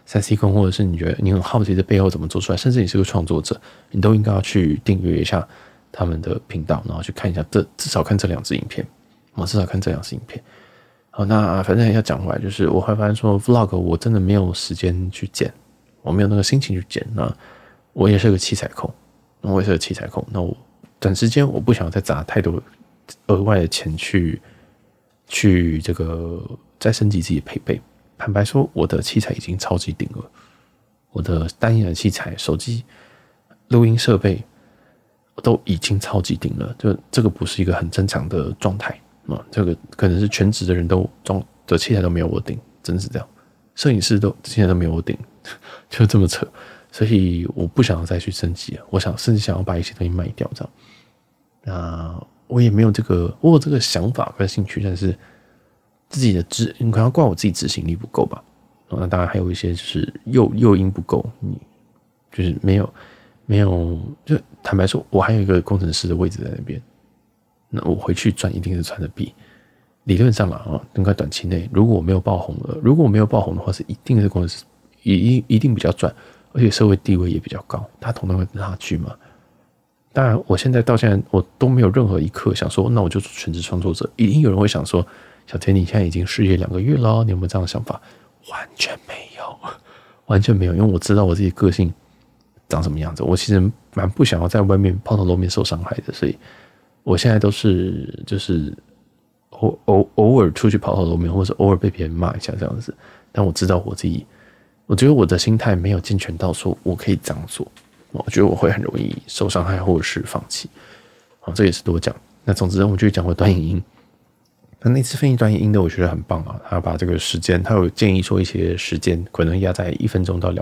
3C 控，或者是你觉得你很好奇这背后怎么做出来，甚至你是个创作者，你都应该要去订阅一下他们的频道，然后去看一下至少看这2支影片，至少看这2支影片。好，那反正要讲回来，就是我会发现说 vlog 我真的没有时间去剪，我没有那个心情去剪。那我也是个器材控，那我短时间我不想再砸太多额外的钱去这个再升级自己的配备。坦白说，我的器材已经超级顶了，我的单眼的器材、手机、录音设备都已经超级顶了，就这个不是一个很正常的状态。这个可能是全职的人的器材都没有我顶，真是这样。摄影师器材都没有我顶，就这么扯。所以我不想要再去升级了，我甚至想要把一些东西卖掉，这样。那我也没有我有这个想法跟兴趣，但是自己的你可能要怪我自己执行力不够吧。那当然还有一些就是诱因不够，你就是没有，就坦白说，我还有一个工程师的位置在那边。那我回去赚一定是赚的比理论上啦，应该短期内，如果我没有爆红的话，是一定是公司一定比较赚，而且社会地位也比较高，他同样会跟他去嘛。当然，我到现在我都没有任何一刻想说，那我就做全职创作者。一定有人会想说，小田你现在已经失业2个月了，你有没有这样的想法？完全没有，因为我知道我自己个性长什么样子，我其实蛮不想要在外面抛头露面受伤害的，所以我现在都是就是偶尔出去抛头露面，或者是偶尔被别人骂一下这样子。但我知道我觉得我的心态没有健全到说我可以这样做，我觉得我会很容易受伤害或者是放弃。这也是多讲。那总之我们就讲回短影音。那次分析短影音的我觉得很棒啊，他把这个时间，他有建议说一些时间可能压在1分钟到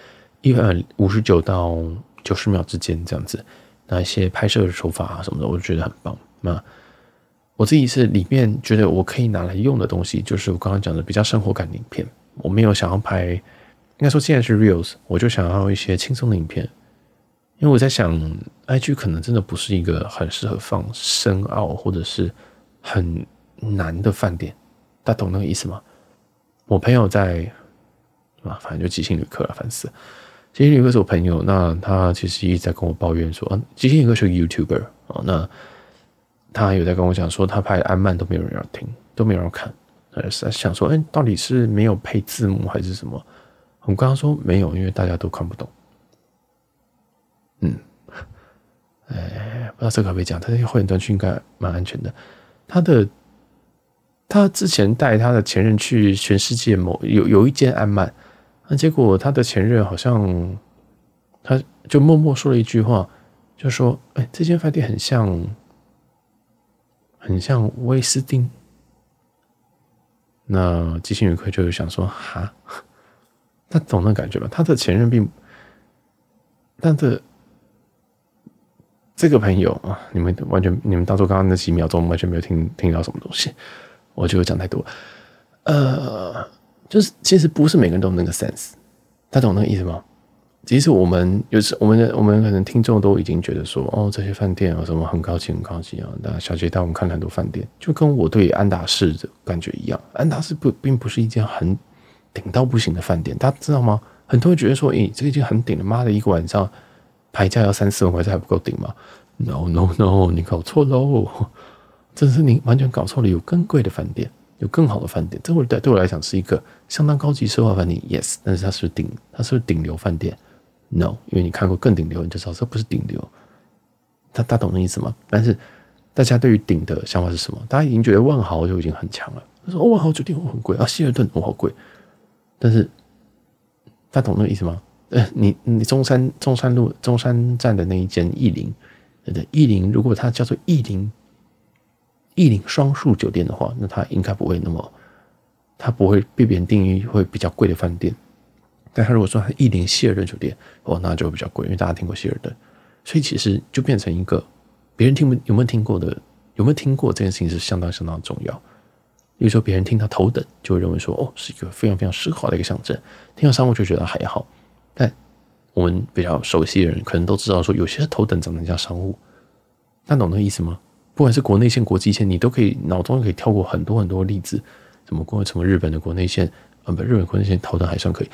59到90秒之间这样子。那一些拍摄的手法什么的，我觉得很棒。那我自己是里面觉得我可以拿来用的东西，就是我刚刚讲的比较生活感的影片。我没有想要拍，应该说现在是 Reels， 我就想要一些轻松的影片。因为我在想 IG 可能真的不是一个很适合放深奥或者是很难的饭店，大家懂那个意思吗？我朋友在反正就即兴旅客了，烦死了。即兴旅客是我朋友，那他其实一直在跟我抱怨说，即兴旅客是个 YouTuber，那他有在跟我讲说，他拍的安漫都没有人要听，都没有人要看。是在想说，到底是没有配字幕还是什么？我刚刚说没有，因为大家都看不懂。不知道这个可不可以讲，他这些会员专区应该蛮安全的。他之前带他的前任去全世界有一间安漫，那结果他的前任好像他就默默说了一句话，就说：“这间饭店很像威斯汀。”那即兴旅客就想说：“哈，他懂那感觉吧？”他的前任但这个朋友啊，你们当初刚刚那几秒钟完全没有听到什么东西，我就讲太多。就是其实不是每个人都有那个 sense， 他懂那个意思吗？其实我们可能听众都已经觉得说，这些饭店有什么很高级啊。那小杰带我们看了很多饭店，就跟我对安达仕的感觉一样。安达仕并不是一间很顶到不行的饭店，大家知道吗？很多人觉得说，这个已经很顶了，妈的一个晚上牌价要3-4万块，这还不够顶吗 ？No， 你搞错喽！真是你完全搞错了，有更贵的饭店，有更好的饭店。这对我来讲是一个相当高级奢华饭店 ，yes， 但是它是不是顶流饭店 ？No， 因为你看过更顶流，你就知道这不是顶流。大家懂那意思吗？但是大家对于顶的想法是什么？大家已经觉得万豪就已经很强了，他说万豪酒店很贵啊，希尔顿好贵，但是大家懂那个意思吗？你中山站的那一间逸林，对不对？逸林如果它叫做逸林双数酒店的话，那它应该不会它不会被别人定义会比较贵的饭店。但它如果说它逸林希尔顿酒店，那就会比较贵，因为大家听过希尔顿，所以其实就变成一个别人有没有听过这件事情是相当相当重要。比如说别人听到头等，就会认为说是一个非常非常奢华的一个象征，听到商务就觉得还好。但我们比较熟悉的人可能都知道说，有些头等长得像商务，那懂那个意思吗？不管是国内线、国际线，你都可以脑中可以跳过很多很多例子，什么日本的国内线，日本国内线头等还算可以，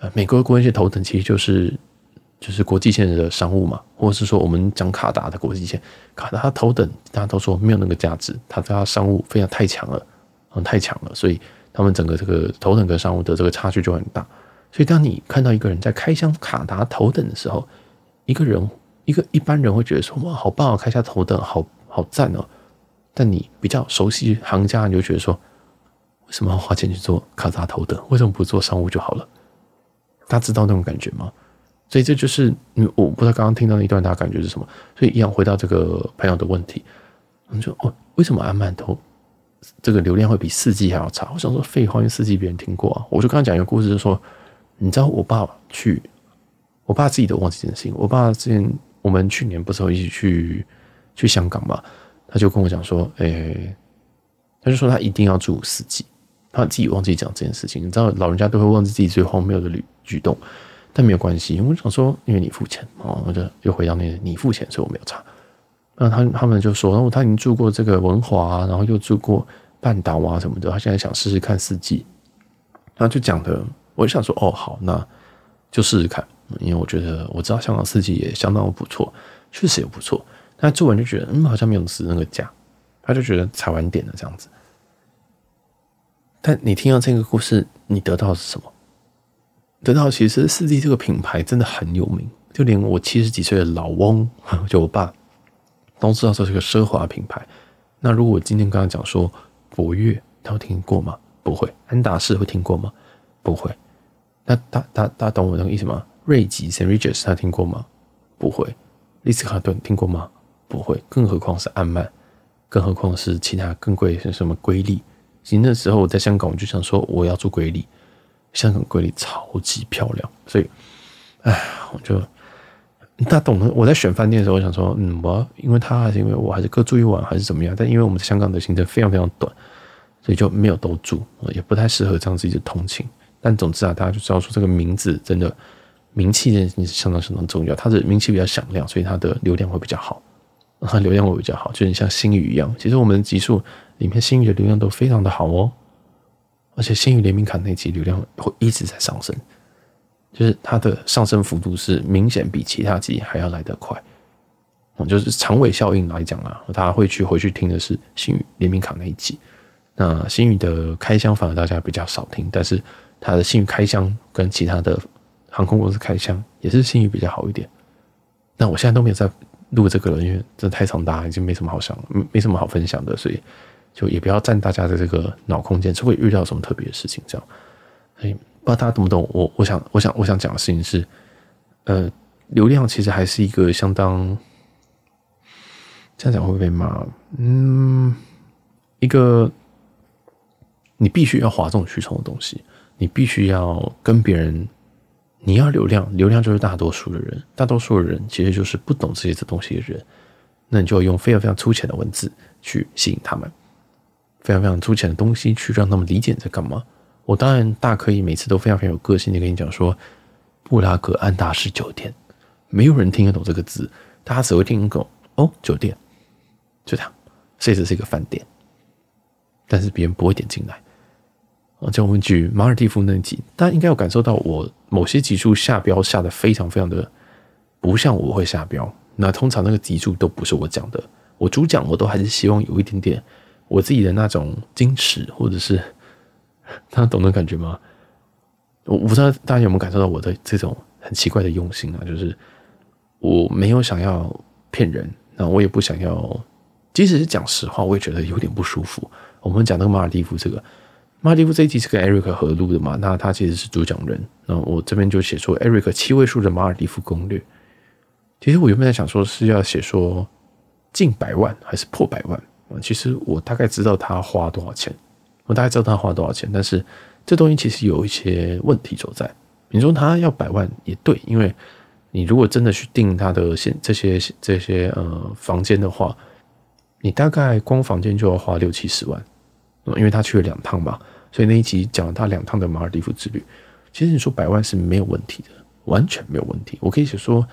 美国的国际线头等其实就是国际线的商务嘛，或者是说我们讲卡达的国际线，卡达头等大家都说没有那个价值，它商务非常太强了，太强了，所以他们整个这个头等跟商务的这个差距就很大。所以当你看到一个人在开箱卡达头等的时候，一般人会觉得说哇好棒啊，开箱头等好赞哦。但你比较熟悉行家，你就觉得说为什么要花钱去做卡达头等？为什么不做商务就好了？大家知道那种感觉吗？所以这就是我不知道刚刚听到那一段大家感觉是什么。所以一样回到这个朋友的问题，我们就为什么安曼头这个流量会比4G还要差？我想说废话，因为4G别人听过啊。我就刚刚讲一个故事，就是说你知道我爸自己都忘记这件事情。我爸之前我们去年不是有一起去香港嘛，他就跟我讲说，他就说他一定要住4G，他自己忘记讲这件事情。你知道老人家都会忘记自己最荒谬的举动，但没有关系，我想说因为你付钱我就又回到那个你付钱，所以我没有差。那他们就说，他已经住过这个文华然后又住过半岛啊什么的，他现在想试试看4G。然后就讲的，我就想说好，那就试试看，因为我觉得我知道香港4G也相当不错，确实也不错。但住完就觉得好像没有值那个价，他就觉得踩晚点了这样子。但你听到这个故事，你得到的是什么？得到其实4G这个品牌真的很有名，就连我70几岁的老翁，就我爸都知道这是个奢华品牌。那如果我今天跟他讲说博越，他会听过吗？不会。安达仕会听过吗？不会。那大家懂我那个意思吗？瑞吉 St. Regis 他听过吗？不会。丽思卡顿听过吗？不会。更何况是安曼，更何况是其他更贵的什么瑰丽。其实那时候我在香港，我就想说我要住瑰丽，香港瑰丽超级漂亮，所以我就大家懂的。我在选饭店的时候，我想说因为他还是因为我还是各住一晚还是怎么样，但因为我们在香港的行程非常非常短，所以就没有都住，也不太适合这样子一直通勤。但总之大家就知道说这个名字真的名气这件事情是相当相当重要，它的名气比较响亮，所以它的流量会比较好，流量会比较好，就像星宇一样。其实我们的集数里面星宇的流量都非常的好哦，而且星宇联名卡那集流量会一直在上升，就是它的上升幅度是明显比其他集还要来得快。就是长尾效应来讲大家会回去听的是星宇联名卡那一集。那星宇的开箱反而大家比较少听，但是它的星宇开箱跟其他的航空公司开箱也是星宇比较好一点。那我现在都没有在录这个了，因为真的太长大，已经没什么好分享的，所以就也不要占大家的这个脑空间，除非遇到什么特别的事情这样。所以不知道大家懂不懂我想讲的事情是，流量其实还是一个相当，这样讲会不会被骂？一个你必须要哗众取宠的东西，你必须要跟别人，你要流量就是大多数的人其实就是不懂这些东西的人，那你就用非常非常粗浅的文字去吸引他们，非常非常粗浅的东西去让他们理解你在干嘛。我当然大可以每次都非常非常有个性的跟你讲说布拉格安达仕酒店，没有人听得懂这个字，大家只会听懂酒店，就这样，所以这是一个饭店，但是别人不会点进来。就我们举马尔地夫那一集，大家应该有感受到我某些集数下标下的非常非常的不像我会下标，那通常那个集数都不是我讲的，我主讲我都还是希望有一点点我自己的那种矜持，或者是大家懂那感觉吗？我不知道大家有没有感受到我的这种很奇怪的用心就是我没有想要骗人，那我也不想要，即使是讲实话我也觉得有点不舒服。我们讲那个马尔地夫马尔地夫这一集是跟 Eric 合录的嘛，那他其实是主讲人，那我这边就写说 Eric 7位数的马尔地夫攻略。其实我原本在想说是要写说近100万还是破100万，其实我大概知道他花多少钱，但是这东西其实有一些问题所在。你说他要100万也对，因为你如果真的去订他的这些房间的话，你大概光房间就要花60-70万，因为他去了2趟嘛，所以那一集讲了他2趟的马尔地夫之旅。其实你说100万是没有问题的，完全没有问题。我可以写说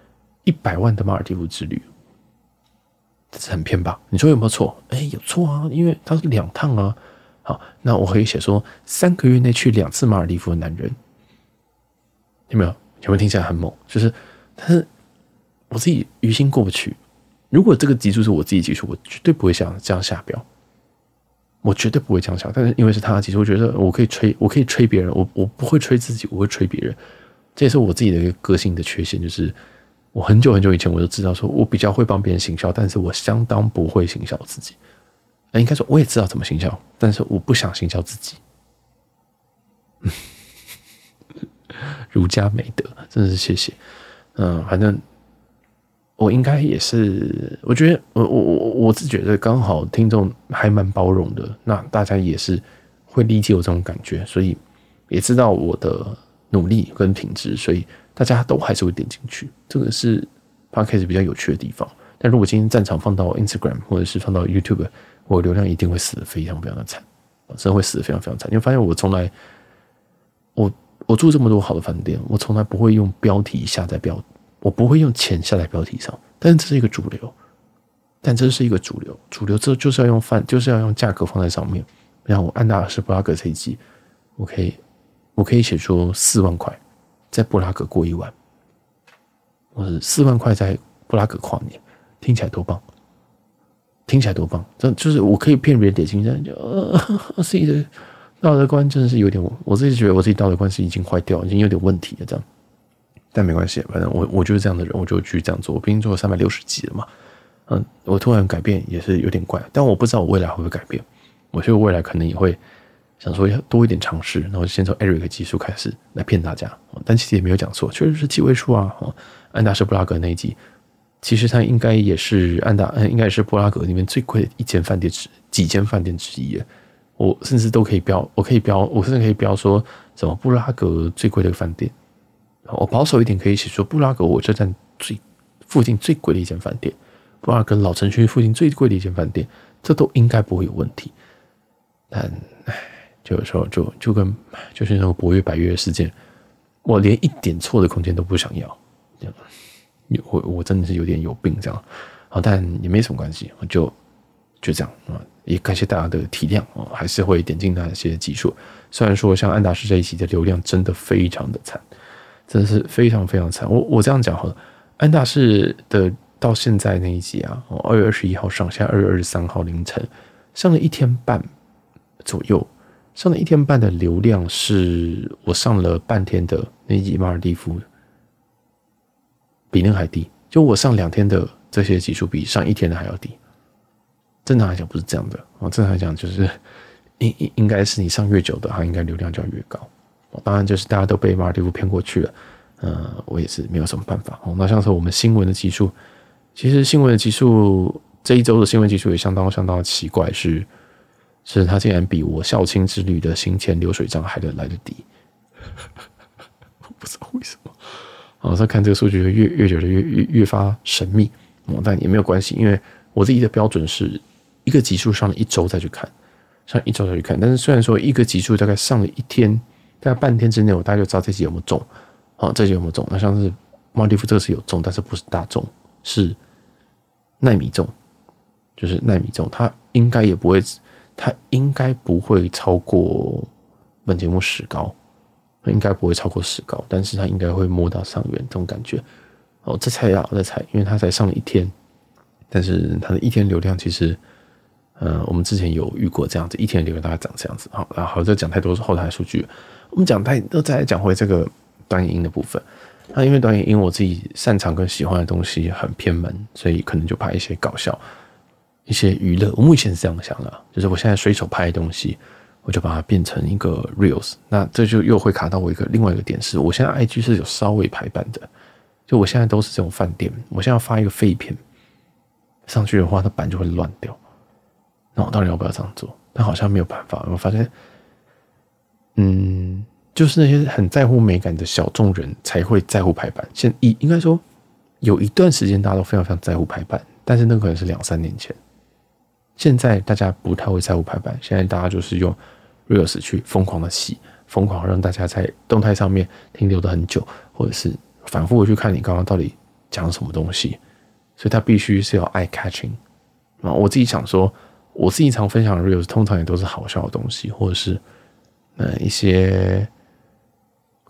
100万的马尔地夫之旅，这是很偏吧？你说有没有错？有错啊，因为他是2趟啊。好，那我可以写说3个月内去2次马尔地夫的男人， 有没有听起来很猛？但是我自己于心过不去。如果这个集数是我自己集数，我绝对不会想这样下标，我绝对不会这样想。但是因为是他的集数，我觉得我可以吹别人，我不会吹自己，我会吹别人。这也是我自己的一个个性的缺陷，就是我很久以前我就知道说，我比较会帮别人行销，但是我相当不会行销自己。应该说我也知道怎么行销，但是我不想行销自己。儒家美德，真的是谢谢。反正我应该也是，我觉得我是觉得刚好听众还蛮包容的，那大家也是会理解我这种感觉，所以也知道我的努力跟品质，所以大家都还是会点进去。这个是 Podcast 比较有趣的地方。但如果今天战场放到 Instagram 或者是放到 YouTube， 我的流量一定会死得非常非常的惨，真的会死得非常非常惨。你会发现我从来我住这么多好的饭店，我从来不会用标题下在我不会用钱下在标题上，但是这是一个主流，主流这就是要用价格放在上面。然后我安达尔斯布拉格这一季，我可以写出4万块，在布拉格过1晚，或者4万块在布拉格跨年，听起来多棒！这就是我可以骗别人点进去，自己的道德观真的是有点，我自己觉得我自己道德观是已经坏掉，已经有点问题了这样。但没关系，反正我就是这样的人，我就继续这样做。我毕竟做了360集了嘛，我突然改变也是有点怪，但我不知道我未来会不会改变。我觉得未来可能也会想说要多一点尝试，然后先从 Eric 技术开始来骗大家。但其实也没有讲错，确实是7位数啊。安达士布拉格那一集，其实它应该也是应该也是布拉格里面最贵的几间饭店之一。我甚至可以标说什么布拉格最贵的饭店。我保守一点可以写说布拉格我这站附近最贵的一间饭店，布拉格老城区附近最贵的一间饭店，这都应该不会有问题。但就有时候就是那种博越百越的事件，我连一点错的空间都不想要，我真的是有点有病这样。但也没什么关系，就这样也感谢大家的体谅还是会点进那些集数。虽然说像安达士这一期的流量真的非常的惨。真的是非常非常惨。我这样讲好了，安大士的到现在那一集啊，2月21号上，现在2月23号凌晨上了1天半左右，上了1天半的流量是我上了半天的那一集马尔地夫比那个还低，就我上2天的这些集数比上1天的还要低。正常来讲不是这样的正常来讲就是应该是你上越久的，它应该流量就要越高。当然就是大家都被马尔地夫骗过去了，我也是没有什么办法。那像是我们新闻的集数，其实新闻的集数这一周的新闻集数也相当的奇怪，是它竟然比我校庆之旅的行前流水账还来得低，我不知道为什么。我在看这个数据越久就越发神秘，但也没有关系，因为我自己的标准是一个集数上了1周再去看，但是虽然说一个集数大概上了1天。大概半天之内，我大概就知道这集有没有中。这集有没有中？那像是马尔地夫这个是有中，但是不是大中，是奈米中，就是奈米中。它应该不会超过本节目10高，应该不会超过10高，但是它应该会摸到上元这种感觉。我再猜，因为它才上了1天，但是它的1天流量其实。我们之前有遇过这样子，1天的流量大概长这样子。好，这讲太多后台数据，我们再来讲回这个短影音的部分。因为短影音我自己擅长跟喜欢的东西很偏门，所以可能就拍一些搞笑、一些娱乐。我目前是这样想的，就是我现在随手拍的东西，我就把它变成一个 reels。那这就又会卡到我另外一个点是，我现在 IG 是有稍微排版的，就我现在都是这种饭店，我现在要发一个废片上去的话，它版就会乱掉。那我到底要不要这样做？但好像没有办法。我发现，就是那些很在乎美感的小众人才会在乎排版。应该说，有一段时间大家都非常非常在乎排版，但是那可能是2-3年前。现在大家不太会在乎排版，现在大家就是用 Reels 去疯狂的洗，疯狂让大家在动态上面停留的很久，或者是反复的去看你刚刚到底讲什么东西，所以它必须是要 eye catching。我自己想说。我自己常分享的 reels 通常也都是好笑的东西，或者是一些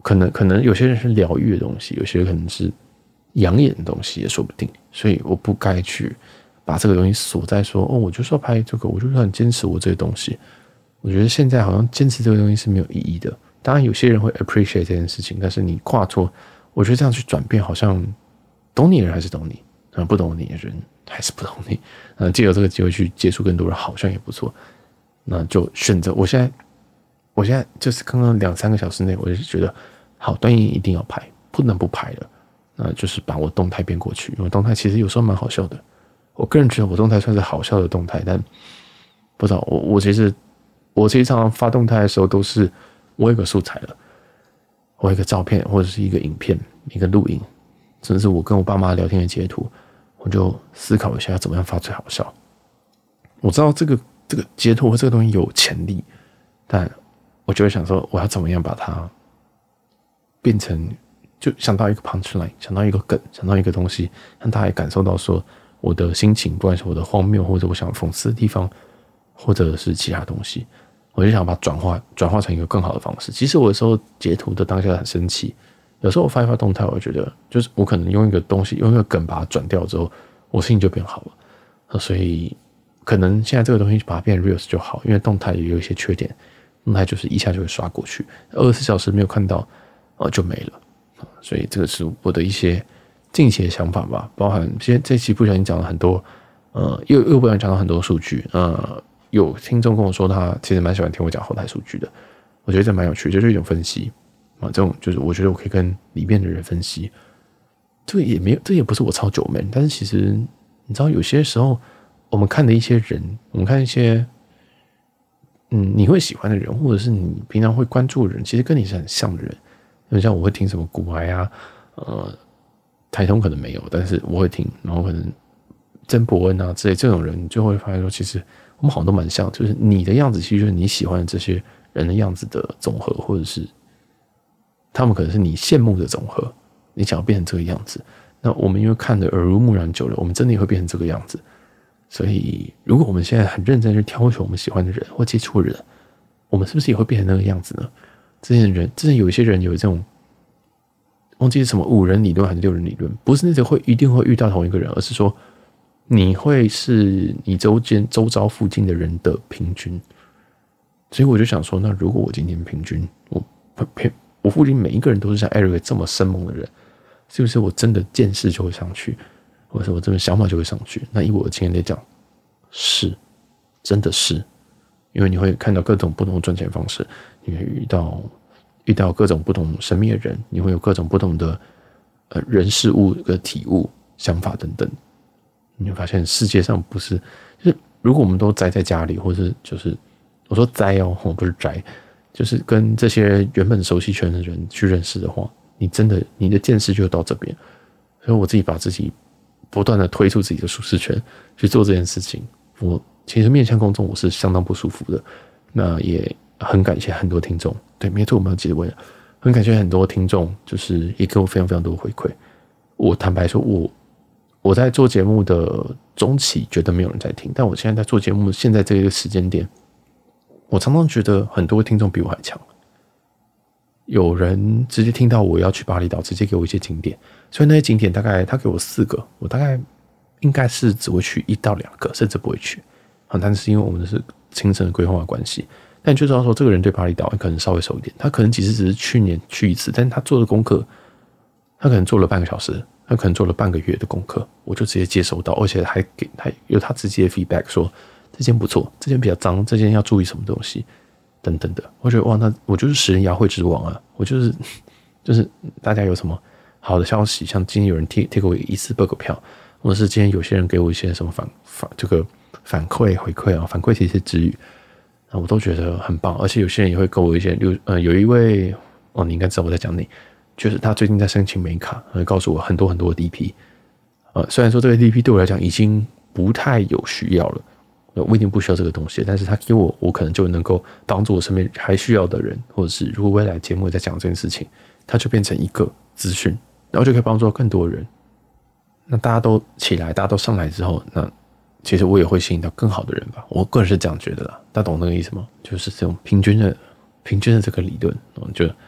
可能有些人是疗愈的东西，有些人可能是养眼的东西也说不定，所以我不该去把这个东西锁在说我就是要拍这个，我就是很坚持我这些东西。我觉得现在好像坚持这个东西是没有意义的。当然有些人会 appreciate 这件事情，但是你跨错，我觉得这样去转变，好像懂你的人还是懂你，不懂你的人还是不懂你。借由这个机会去接触更多人，好像也不错。那就选择我现在就是刚刚2-3个小时内，我就觉得好，短影一定要拍，不能不拍了。那就是把我动态编过去，因为动态其实有时候蛮好笑的。我个人觉得我动态算是好笑的动态，但不知道我其实常常发动态的时候都是我有个素材了，我有一个照片或者是一个影片、一个录影，甚至是我跟我爸妈聊天的截图，我就思考一下要怎么样发最好笑。我知道这个截图和这个东西有潜力，但我就会想说我要怎么样把它变成，就想到一个 punchline， 想到一个梗，想到一个东西，让大家也感受到说我的心情，不管是我的荒谬，或者我想讽刺的地方，或者是其他东西，我就想把它转化成一个更好的方式。其实我有时候截图的当下很生气，有时候我发一发动态，我觉得就是我可能用一个东西，用一个梗把它转掉之后，我心情就变好了。所以可能现在这个东西把它变 reels 就好，因为动态也有一些缺点，动态就是一下就会刷过去，24小时没有看到就没了。所以这个是我的一些近期的想法吧，包含这期不小心讲了很多，又不小心讲到很多数据。有听众跟我说他其实蛮喜欢听我讲后台数据的，我觉得这蛮有趣的，就是一种分析这种就是我觉得我可以跟里面的人分析。这也不是我超9门，但是其实你知道有些时候我们看的一些人，我们看一些你会喜欢的人，或者是你平常会关注的人，其实跟你是很像的人。因为像我会听什么股癌啊，台通可能没有，但是我会听，然后可能曾伯恩啊之类这种人，你就会发现说，其实我们好像都蛮像，就是你的样子其实就是你喜欢的这些人的样子的总和，或者是他们可能是你羡慕的总和，你想要变成这个样子。那我们因为看得耳濡目染久了，我们真的也会变成这个样子。所以如果我们现在很认真去挑选我们喜欢的人或接触的人，我们是不是也会变成那个样子呢？之前有一些人有这种忘记是什么5人理论还是6人理论，不是那种一定会遇到同一个人，而是说你会是你周遭附近的人的平均。所以我就想说，那如果我今天平均，我附近每一个人都是像 Eric 这么生猛的人，是不是我真的见识就会上去，或者是我真的想法就会上去？那以我的经验来讲，是，真的是。因为你会看到各种不同的赚钱方式，你会遇到各种不同神秘的人，你会有各种不同的人事物的体悟、想法等等。你会发现世界上不是，就是如果我们都宅在家里，或者就是我说宅我不是宅，就是跟这些原本熟悉圈的人去认识的话，你的见识就到这边。所以我自己把自己不断的推出自己的舒适圈去做这件事情，我其实面向公众我是相当不舒服的。那也很感谢很多听众，对，没错，我们要记得问，很感谢很多听众，就是也给我非常非常多的回馈。我坦白说，我在做节目的中期觉得没有人在听，但我现在在做节目，现在这个时间点，我常常觉得很多听众比我还强。有人直接听到我要去巴厘岛，直接给我一些景点，所以那些景点大概他给我4个，我大概应该是只会去1到2个，甚至不会去。但是因为我们是行程的规划的关系，但你就知道说这个人对巴厘岛可能稍微熟一点，他可能其实只是去年去1次，但是他做的功课，他可能做了半个小时，他可能做了半个月的功课，我就直接接收到，而且还有他直接的 feedback 说这间不错，这间比较脏，这间要注意什么东西等等的。我觉得哇，那我就是食人牙慧之王啊！我就是大家有什么好的消息，像今天有人贴给我1次burger票，或者是今天有些人给我一些什么反馈回馈啊，反馈其实之语，我都觉得很棒。而且有些人也会给我一些，有一位你应该知道我在讲你，就是他最近在申请美卡，告诉我很多很多的 DP。虽然说这个 DP 对我来讲已经不太有需要了，我已经不需要这个东西，但是他给我可能就能够帮助我身边还需要的人，或者是如果未来节目在讲这件事情，它就变成一个资讯，然后就可以帮助到更多人。那大家都起来，大家都上来之后，那其实我也会吸引到更好的人吧，我个人是这样觉得啦。大家懂那个意思吗？就是这种平均的这个理论，就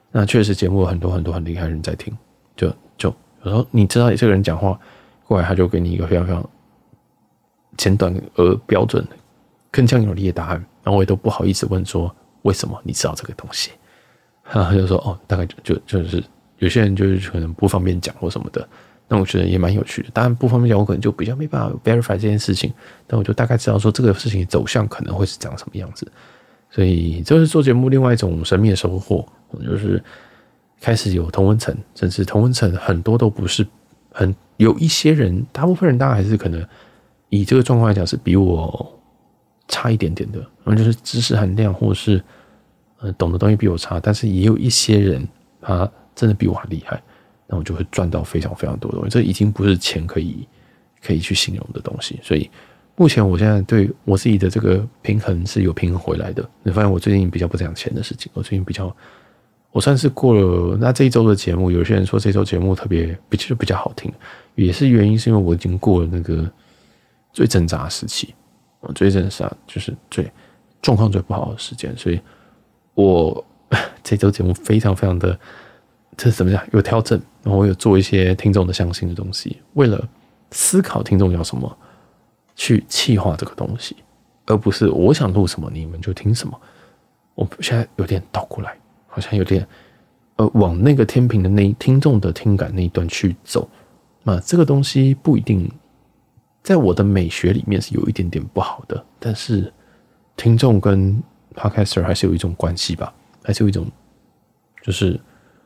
那确实节目有很多很多很厉害的人在听，就有时候你知道这个人讲话过来，他就给你一个非常非常简短而标准、铿锵有力的答案，然后我也都不好意思问说为什么你知道这个东西，他就说大概就是有些人就是可能不方便讲或什么的，那我觉得也蛮有趣的。当然不方便讲，我可能就比较没办法 verify 这件事情，但我就大概知道说这个事情走向可能会是长什么样子。所以这是做节目另外一种神秘的收获，就是开始有同温层，甚至同温层很多都不是有一些人，大部分人当然还是可能以这个状况来讲是比我差一点点的，然后就是知识含量或是懂的东西比我差，但是也有一些人他真的比我还厉害，那我就会赚到非常非常多的东西，这已经不是钱可以去形容的东西。所以目前我现在对我自己的这个平衡是有平衡回来的。你发现我最近比较不讲钱的事情，我最近我算是过了。那这一周的节目，有些人说这周节目比较好听，也是原因是因为我已经过了那个最挣扎的时期，最挣扎就是状况最不好的时间，所以我这周节目非常非常的，这是怎么讲？有调整，然后我有做一些听众的相信的东西，为了思考听众要什么，去企划这个东西，而不是我想录什么你们就听什么。我现在有点倒过来，好像有点往那个天平的听众的听感那一端去走。那这个东西不一定在我的美学里面是有一点点不好的，但是听众跟 podcaster 还是有一种关系吧，还是有一种就是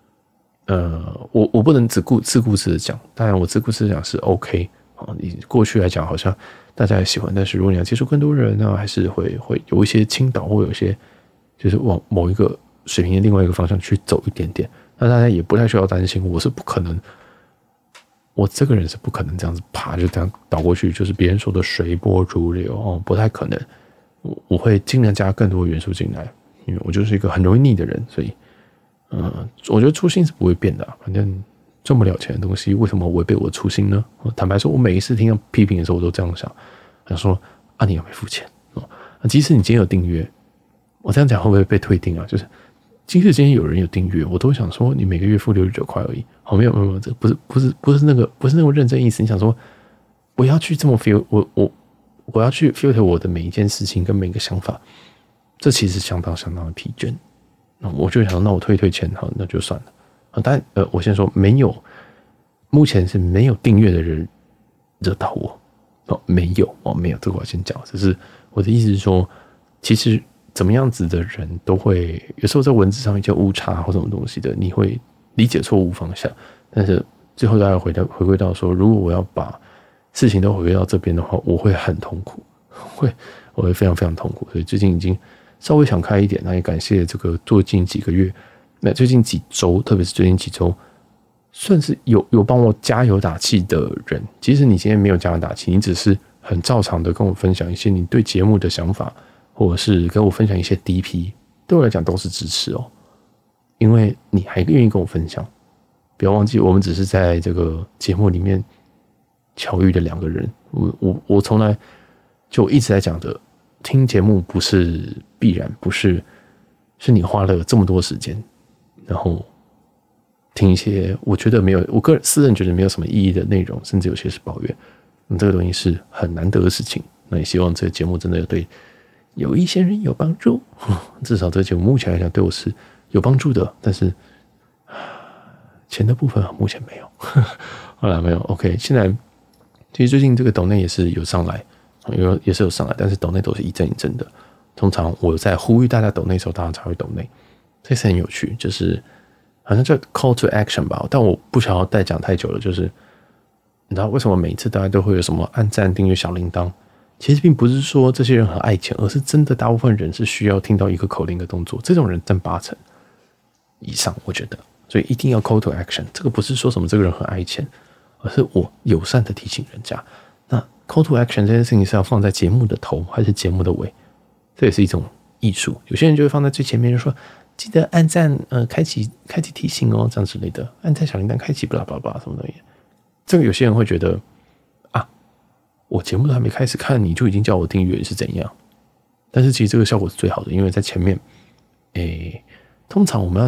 我不能自顾自的讲，当然我自顾自的讲是 OK。你过去来讲好像大家也喜欢，但是如果你要接触更多人呢，还是会有一些倾倒，或有一些就是往某一个水平的另外一个方向去走一点点。那大家也不太需要担心，我是不可能，我这个人是不可能这样子啪就这样倒过去，就是别人说的随波逐流不太可能。我会尽量加更多元素进来，因为我就是一个很容易腻的人，所以我觉得初心是不会变的反正赚不了钱的东西，为什么违背我的初心呢？坦白说，我每一次听到批评的时候，我都这样想说你有没有付钱即使你今天有订阅，我这样讲会不会被退订啊？就是即使今天有人有订阅，我都想说你每个月付69块而已。好，没有，这不是那个认真意思。你想说我要去这么 feel， 我要去 filter 我的每一件事情跟每一个想法，这其实相当相当的疲倦。那我就想，那我退钱好，那就算了。但我先说，目前是没有订阅的人惹到我没有，这个我先讲。只是我的意思是说，其实怎么样子的人都会有时候在文字上面就误差或什么东西的，你会理解错误方向。但是最后大家回归到说，如果我要把事情都回归到这边的话，我会很痛苦，我会非常非常痛苦。所以最近已经稍微想开一点，那也感谢这个最近几个月。那最近几周，特别是最近几周，算是有帮我加油打气的人。即使你今天没有加油打气，你只是很照常的跟我分享一些你对节目的想法，或者是跟我分享一些 DP， 对我来讲都是支持因为你还愿意跟我分享。不要忘记，我们只是在这个节目里面巧遇的两个人。我从来就一直在讲的，听节目不是必然，是你花了这么多时间。然后听一些我觉得我个人私人觉得没有什么意义的内容，甚至有些是抱怨，这个东西是很难得的事情。那也希望这个节目真的有一些人有帮助，至少这个节目目前来讲对我是有帮助的。但是钱的部分目前没有，好啦，没有 OK。现在其实最近这个抖内也是有上来，也是有上来，但是抖内都是一阵一阵的。通常我在呼吁大家抖内的时候，大家才会抖内。这是很有趣，就是好像叫 call to action 吧，但我不想要再讲太久了。就是你知道为什么每一次大家都会有什么按赞、订阅、小铃铛？其实并不是说这些人很爱钱，而是真的大部分人是需要听到一个口令的动作，这种人占80%以上，我觉得。所以一定要 call to action。这个不是说什么这个人很爱钱，而是我友善的提醒人家。那 call to action 这件事情是要放在节目的头还是节目的尾？这也是一种艺术。有些人就会放在最前面，就说记得按赞，开启提醒这样之类的，按赞小铃铛开启，巴拉巴拉什么东西。这个有些人会觉得我节目都还没开始看，你就已经叫我订阅是怎样？但是其实这个效果是最好的，因为在前面，通常我们要去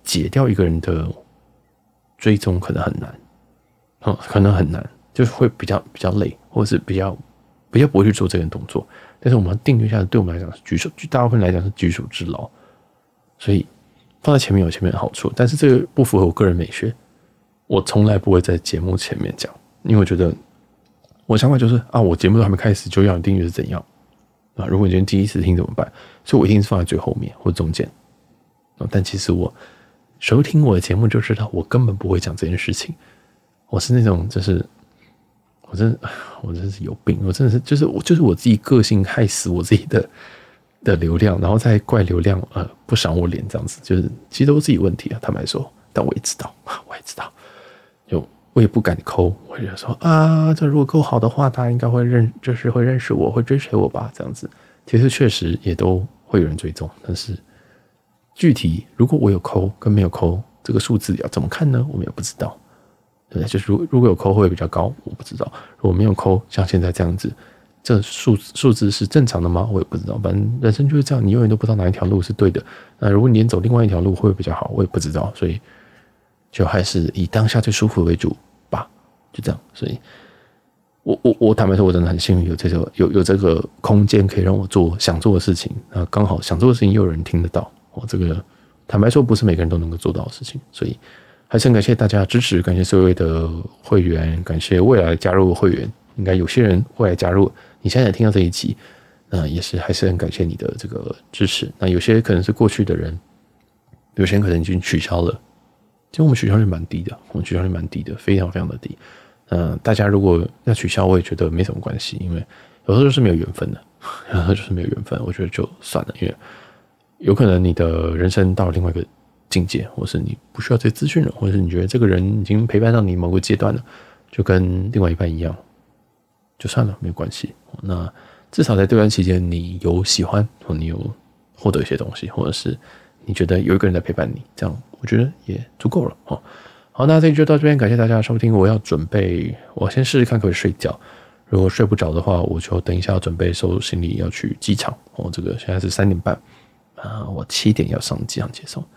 解掉一个人的追踪可能很难，可能很难，就是会比较累，或者是比较不会去做这个动作。但是我们要订阅下来，对我们来讲是举手，大部分来讲是举手之劳，所以放在前面有前面的好处，但是这个不符合我个人美学，我从来不会在节目前面讲，因为我觉得我想法就是我节目都还没开始就要你订阅是怎样啊？如果你今天第一次听怎么办？所以我一定是放在最后面或中间。但其实我收听我的节目就知道，我根本不会讲这件事情。我是那种就是我真是有病，我真的是就是我自己个性害死我自己的流量，然后再怪流量不赏我脸这样子，就是其实都是自己问题啊，坦白说，但我也知道，我也不敢抠，我就说这如果够好的话，他应该会认识我，会追随我吧，这样子。其实确实也都会有人追踪，但是具体如果我有抠跟没有抠，这个数字要怎么看呢？我们也不知道，对不对？就是如果有抠会比较高，我不知道；如果没有抠，像现在这样子，这数字是正常的吗？我也不知道。反正人生就是这样，你永远都不知道哪一条路是对的。那如果你连走另外一条路会不会比较好，我也不知道。所以就还是以当下最舒服为主吧，就这样。所以我坦白说，我真的很幸运有这个空间可以让我做想做的事情，那刚好想做的事情又有人听得到。这个坦白说不是每个人都能够做到的事情，所以还是很感谢大家的支持，感谢所有的会员，感谢未来加入的会员，应该有些人会来加入，你现在也听到这一集，那也是还是很感谢你的这个支持。那有些可能是过去的人，有些人可能已经取消了。其实我们取消率蛮低的，非常非常的低。大家如果要取消，我也觉得没什么关系，因为有时候就是没有缘分的，我觉得就算了，因为有可能你的人生到了另外一个境界，或是你不需要这些资讯了，或者是你觉得这个人已经陪伴到你某个阶段了，就跟另外一半一样，就算了，没有关系。那至少在这段期间，你有喜欢，或你有获得一些东西，或者是你觉得有一个人在陪伴你，这样我觉得也足够了。好，那这集就到这边，感谢大家的收听。我先试试看可不可以睡觉，如果睡不着的话，我就等一下要准备收行李要去机场。这个现在是3点半我7点要上机场接送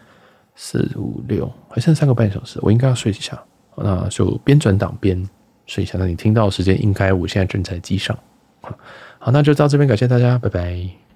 ，4、5、6还剩3个半小时，我应该要睡一下。那就边转档边睡一下。那你听到的时间应该我现在正在机上。好，那就到这边，感谢大家，拜拜。